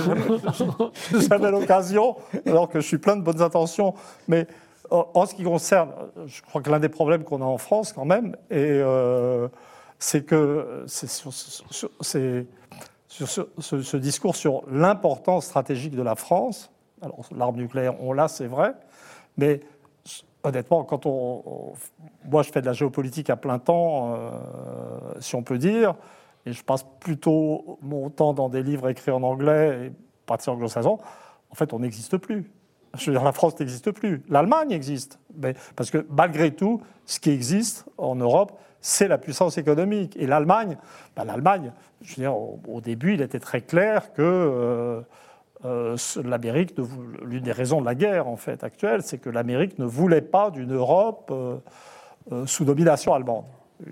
[SPEAKER 5] J'ai jamais l'occasion, alors que je suis plein de bonnes intentions. Mais en, en ce qui concerne, je crois que l'un des problèmes qu'on a en France quand même, et, euh, c'est que c'est sur, sur, c'est, sur ce, ce, ce discours sur l'importance stratégique de la France. Alors l'arme nucléaire, on l'a, c'est vrai, mais honnêtement, quand on, on, moi je fais de la géopolitique à plein temps, euh, si on peut dire, et je passe plutôt mon temps dans des livres écrits en anglais et pas de anglo-saxon, en fait on n'existe plus. Je veux dire, la France n'existe plus. L'Allemagne existe, mais parce que malgré tout, ce qui existe en Europe, c'est la puissance économique. Et l'Allemagne, ben l'Allemagne, je veux dire, au, au début, il était très clair que euh, Euh, l'Amérique, l'une des raisons de la guerre en fait actuelle, c'est que l'Amérique ne voulait pas d'une Europe euh, euh, sous domination allemande. Euh,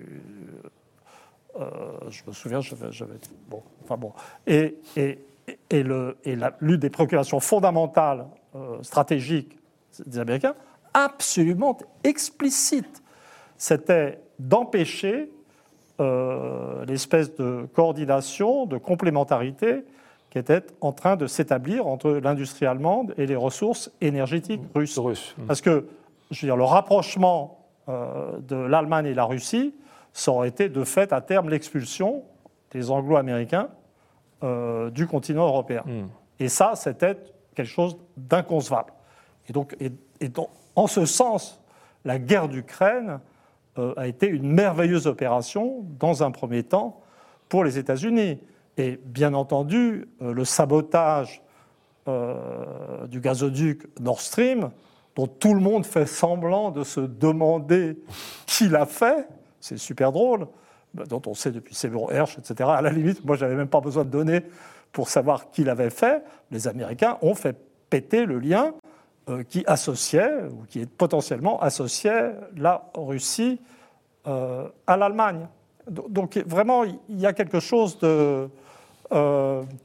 [SPEAKER 5] euh, je me souviens, j'avais, j'avais bon, enfin bon, et et et, le, et la, l'une des préoccupations fondamentales euh, stratégiques des Américains, absolument explicite, c'était d'empêcher euh, l'espèce de coordination, de complémentarité qui était en train de s'établir entre l'industrie allemande et les ressources énergétiques russes.
[SPEAKER 3] Russe.
[SPEAKER 5] Parce que, je veux dire, le rapprochement euh, de l'Allemagne et la Russie, ça aurait été de fait à terme l'expulsion des Anglo-Américains euh, du continent européen. Mm. Et ça, c'était quelque chose d'inconcevable. Et donc, et, et donc, en ce sens, la guerre d'Ukraine euh, a été une merveilleuse opération, dans un premier temps, pour les États-Unis. Et bien entendu, euh, le sabotage euh, du gazoduc Nord Stream, dont tout le monde fait semblant de se demander qui l'a fait, c'est super drôle, dont on sait depuis Seymour Hersh, et cetera. À la limite, moi, je n'avais même pas besoin de données pour savoir qui l'avait fait. Les Américains ont fait péter le lien euh, qui associait, ou qui est potentiellement associait la Russie euh, à l'Allemagne. Donc vraiment, il y a quelque chose de... Euh,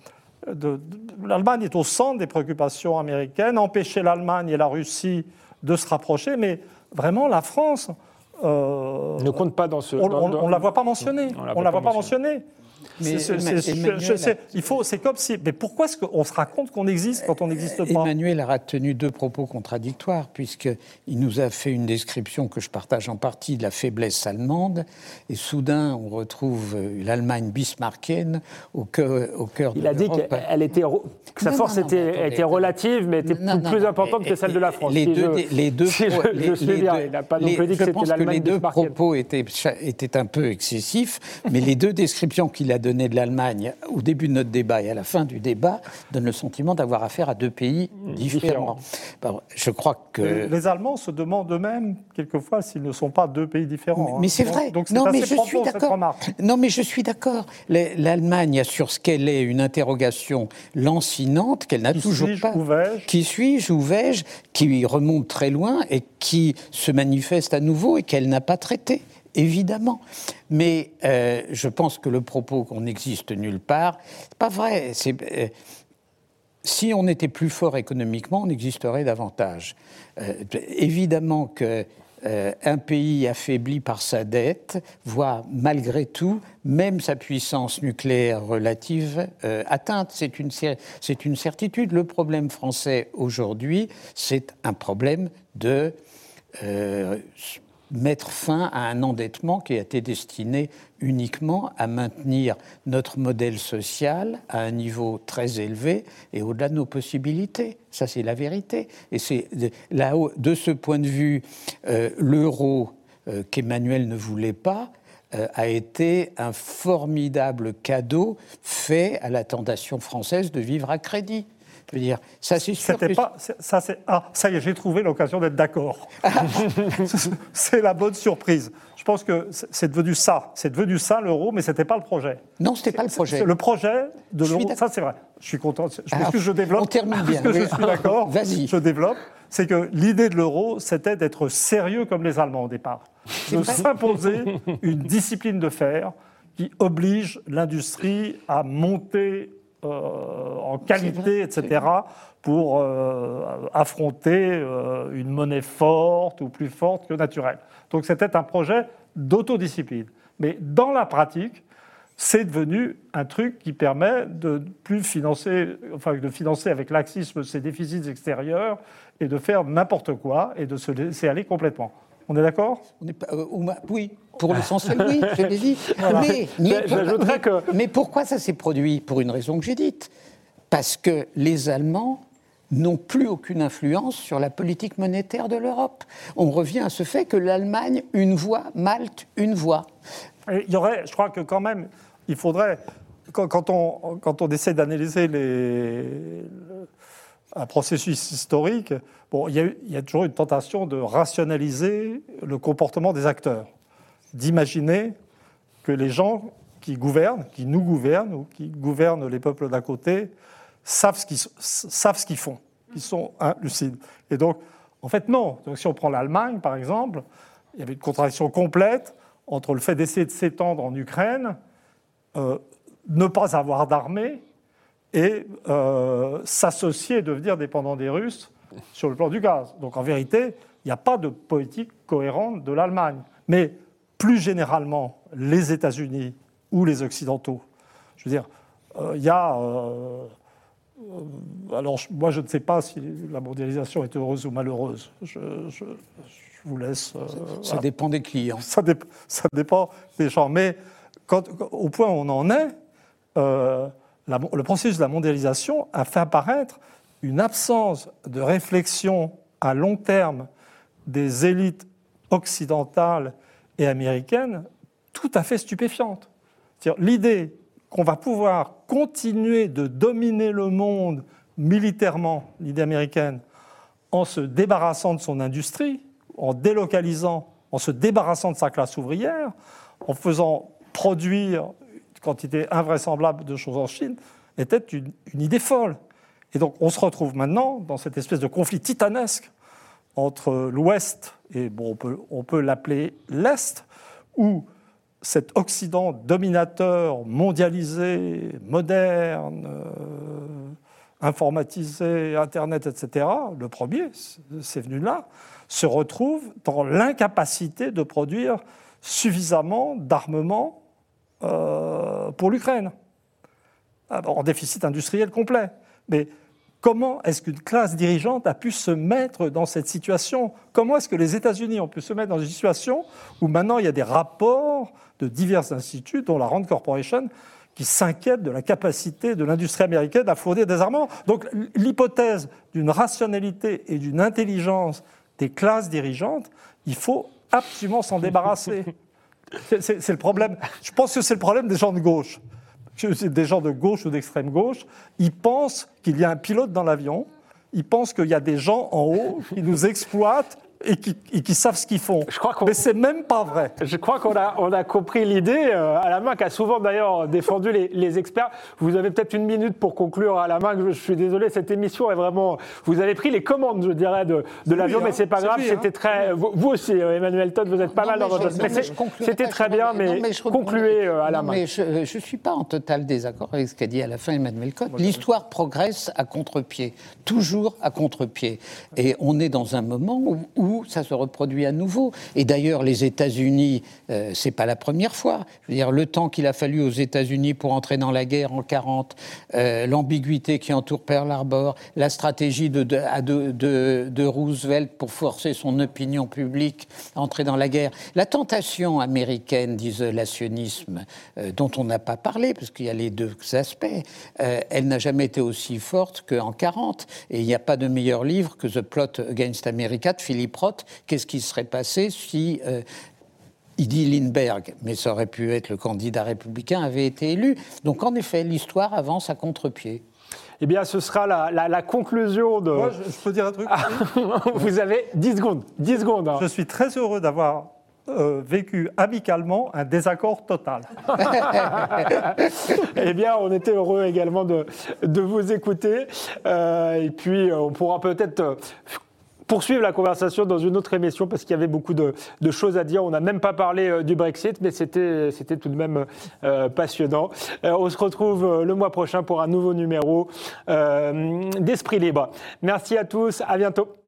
[SPEAKER 5] de, de, l'Allemagne est au centre des préoccupations américaines, empêcher l'Allemagne et la Russie de se rapprocher, mais vraiment la France
[SPEAKER 3] euh, ne compte pas dans ce.
[SPEAKER 5] On ne la voit pas mentionnée. On ne la voit pas mentionnée.
[SPEAKER 4] Mais
[SPEAKER 5] c'est, c'est, c'est, je, c'est, il faut, c'est comme si. Mais pourquoi est-ce qu'on se raconte qu'on existe quand on n'existe pas ?
[SPEAKER 4] Emmanuel a tenu deux propos contradictoires, puisqu'il nous a fait une description que je partage en partie de la faiblesse allemande, et soudain on retrouve l'Allemagne bismarckienne au cœur, au cœur de
[SPEAKER 3] l'Europe. Il a dit qu'elle était, que sa non, force non, non, était, attendez, était relative, mais était non, plus, plus importante non, que celle de la France.
[SPEAKER 4] Les
[SPEAKER 3] si
[SPEAKER 4] deux,
[SPEAKER 3] je,
[SPEAKER 4] les deux,
[SPEAKER 3] si je,
[SPEAKER 4] les,
[SPEAKER 3] je suis
[SPEAKER 4] les
[SPEAKER 3] bien,
[SPEAKER 4] deux,
[SPEAKER 3] il n'a pas non
[SPEAKER 4] les,
[SPEAKER 3] plus dit que
[SPEAKER 4] je
[SPEAKER 3] c'était
[SPEAKER 4] pense
[SPEAKER 3] l'Allemagne
[SPEAKER 4] que les deux
[SPEAKER 3] bismarckienne.
[SPEAKER 4] propos étaient, étaient un peu excessifs, mais les deux descriptions qu'il a données de l'Allemagne au début de notre débat et à la fin du débat donnent le sentiment d'avoir affaire à deux pays différents. Bon, je crois que...
[SPEAKER 5] Les, les Allemands se demandent eux-mêmes, quelquefois, s'ils ne sont pas deux pays différents.
[SPEAKER 4] Mais, mais c'est
[SPEAKER 5] hein.
[SPEAKER 4] vrai.
[SPEAKER 5] Donc, donc c'est
[SPEAKER 4] non,
[SPEAKER 5] assez
[SPEAKER 4] mais je
[SPEAKER 5] profond,
[SPEAKER 4] suis
[SPEAKER 5] cette
[SPEAKER 4] d'accord.
[SPEAKER 5] remarque.
[SPEAKER 4] Non, mais je suis d'accord. L'Allemagne a sur ce qu'elle est une interrogation lancinante qu'elle n'a
[SPEAKER 5] qui
[SPEAKER 4] toujours
[SPEAKER 5] suis-je,
[SPEAKER 4] pas.
[SPEAKER 5] Où vais-je ?
[SPEAKER 4] Qui suis-je, où vais-je ? Qui remonte très loin et qui se manifeste à nouveau et qu'elle n'a pas traité. Évidemment. Mais euh, je pense que le propos qu'on n'existe nulle part, c'est pas vrai. C'est, euh, si on était plus fort économiquement, on existerait davantage. Euh, évidemment que euh, un pays affaibli par sa dette voit malgré tout même sa puissance nucléaire relative euh, atteinte. C'est une, c'est une certitude. Le problème français aujourd'hui, c'est un problème de... Euh, mettre fin à un endettement qui a été destiné uniquement à maintenir notre modèle social à un niveau très élevé et au-delà de nos possibilités. Ça, c'est la vérité. Et c'est là, de ce point de vue, euh, l'euro euh, qu'Emmanuel ne voulait pas euh, a été un formidable cadeau fait à la tentation française de vivre à crédit. Je veux dire, ça c'est sûr.
[SPEAKER 5] C'était
[SPEAKER 4] que...
[SPEAKER 5] pas, ça, c'est, ah, ça y est, j'ai trouvé l'occasion d'être d'accord. C'est la bonne surprise. Je pense que c'est devenu ça. C'est devenu ça l'euro, mais c'était pas le projet.
[SPEAKER 4] Non, c'était pas le projet.
[SPEAKER 5] C'est le projet de l'euro. Ça c'est vrai. Je suis content. Je ah, que je développe.
[SPEAKER 4] On termine bien.
[SPEAKER 5] Parce que
[SPEAKER 4] oui.
[SPEAKER 5] je suis d'accord.
[SPEAKER 4] Vas-y.
[SPEAKER 5] Je développe. C'est que l'idée de l'euro, c'était d'être sérieux comme les Allemands au départ, c'est de vrai. S'imposer une discipline de fer qui oblige l'industrie à monter. Euh, en qualité, et cetera, pour euh, affronter euh, une monnaie forte ou plus forte que naturelle. Donc c'était un projet d'autodiscipline. Mais dans la pratique, c'est devenu un truc qui permet de plus financer, enfin de financer avec laxisme ses déficits extérieurs et de faire n'importe quoi et de se laisser aller complètement. On est d'accord ?
[SPEAKER 4] On est pas, euh, Oui, pour l'essentiel, oui, je l'ai dit.
[SPEAKER 3] Voilà.
[SPEAKER 4] Mais, mais,
[SPEAKER 3] mais, que...
[SPEAKER 4] mais pourquoi ça s'est produit ? Pour une raison que j'ai dite. Parce que les Allemands n'ont plus aucune influence sur la politique monétaire de l'Europe. On revient à ce fait que l'Allemagne, une voix, Malte, une voix.
[SPEAKER 5] Et il y aurait, je crois que quand même, il faudrait, quand, quand, on, quand on essaie d'analyser les... un processus historique, bon, il y a, il y a toujours une tentation de rationaliser le comportement des acteurs, d'imaginer que les gens qui gouvernent, qui nous gouvernent ou qui gouvernent les peuples d'à côté, savent ce qu'ils, savent ce qu'ils font, qu'ils sont hein, lucides. Et donc, en fait, non. Donc, si on prend l'Allemagne, par exemple, il y avait une contradiction complète entre le fait d'essayer de s'étendre en Ukraine, euh, ne pas avoir d'armée, et euh, s'associer et devenir dépendant des Russes sur le plan du gaz. Donc en vérité, il n'y a pas de politique cohérente de l'Allemagne. Mais plus généralement, les États-Unis ou les Occidentaux, je veux dire, euh, il y a... Euh, euh, alors moi, je ne sais pas si la mondialisation est heureuse ou malheureuse. Je, je, je vous laisse... Euh,
[SPEAKER 4] ça voilà. dépend des clients.
[SPEAKER 5] Ça, dé, ça dépend des gens. Mais quand, au point où on en est... Euh, La, le processus de la mondialisation a fait apparaître une absence de réflexion à long terme des élites occidentales et américaines tout à fait stupéfiante. C'est-à-dire l'idée qu'on va pouvoir continuer de dominer le monde militairement, l'idée américaine, en se débarrassant de son industrie, en délocalisant, en se débarrassant de sa classe ouvrière, en faisant produire quantité invraisemblable de choses en Chine, était une, une idée folle. Et donc on se retrouve maintenant dans cette espèce de conflit titanesque entre l'Ouest et, bon, on peut, on peut l'appeler l'Est, où cet Occident dominateur, mondialisé, moderne, euh, informatisé, Internet, et cetera, le premier, c'est venu de là, se retrouve dans l'incapacité de produire suffisamment d'armement euh, pour l'Ukraine. En déficit industriel complet. Mais comment est-ce qu'une classe dirigeante a pu se mettre dans cette situation? Comment est-ce que les États-Unis ont pu se mettre dans une situation où maintenant il y a des rapports de divers instituts, dont la Rand Corporation, qui s'inquiètent de la capacité de l'industrie américaine à fournir des armements? Donc l'hypothèse d'une rationalité et d'une intelligence des classes dirigeantes, il faut absolument s'en débarrasser. C'est, c'est, c'est le problème. Je pense que c'est le problème des gens de gauche. Des gens de gauche ou d'extrême gauche, ils pensent qu'il y a un pilote dans l'avion, ils pensent qu'il y a des gens en haut qui nous exploitent et qui, et qui savent ce qu'ils font. Je crois qu'on... Mais c'est même pas vrai.
[SPEAKER 3] Je crois qu'on a, on a compris l'idée. Euh, Alain qui a souvent d'ailleurs défendu les, les experts. Vous avez peut-être une minute pour conclure, Alain. Je, je suis désolé, cette émission est vraiment... Vous avez pris les commandes, je dirais, de, de l'avion, lui, mais c'est pas c'est grave. Lui, c'était hein. très... Vous, vous aussi, Emmanuel Todd, vous êtes pas non, mal dans votre... Je, mais c'est, c'était pas, très bien, mais, non, mais concluez, euh, Alain.
[SPEAKER 4] Mais je ne suis pas en total désaccord avec ce qu'a dit à la fin Emmanuel Todd. L'histoire progresse à contre-pied, toujours à contre-pied. Et on est dans un moment où, où ça se reproduit à nouveau. Et d'ailleurs, les États-Unis, euh, c'est pas la première fois. Je veux dire, le temps qu'il a fallu aux États-Unis pour entrer dans la guerre en quarante, euh, l'ambiguïté qui entoure Pearl Harbor, la stratégie de, de, de, de, de Roosevelt pour forcer son opinion publique à entrer dans la guerre, la tentation américaine d'isolationnisme, euh, dont on n'a pas parlé, parce qu'il y a les deux aspects, euh, elle n'a jamais été aussi forte qu'en quarante. Et il n'y a pas de meilleur livre que The Plot Against America de Philip Roth. Qu'est-ce qui serait passé si, euh, il dit Lindbergh, mais ça aurait pu être le candidat républicain, avait été élu. Donc en effet, l'histoire avance à contre-pied.
[SPEAKER 3] Eh bien, ce sera la, la, la conclusion de...
[SPEAKER 5] Moi, je, je peux dire un truc.
[SPEAKER 3] Vous avez dix secondes. dix secondes. Hein.
[SPEAKER 5] Je suis très heureux d'avoir euh, vécu amicalement un désaccord total.
[SPEAKER 3] Eh bien, on était heureux également de, de vous écouter. Euh, et puis, on pourra peut-être... Euh, poursuivre la conversation dans une autre émission parce qu'il y avait beaucoup de, de choses à dire. On n'a même pas parlé euh, du Brexit, mais c'était, c'était tout de même euh, passionnant. Euh, on se retrouve euh, le mois prochain pour un nouveau numéro euh, d'Esprit Libre. Merci à tous, à bientôt.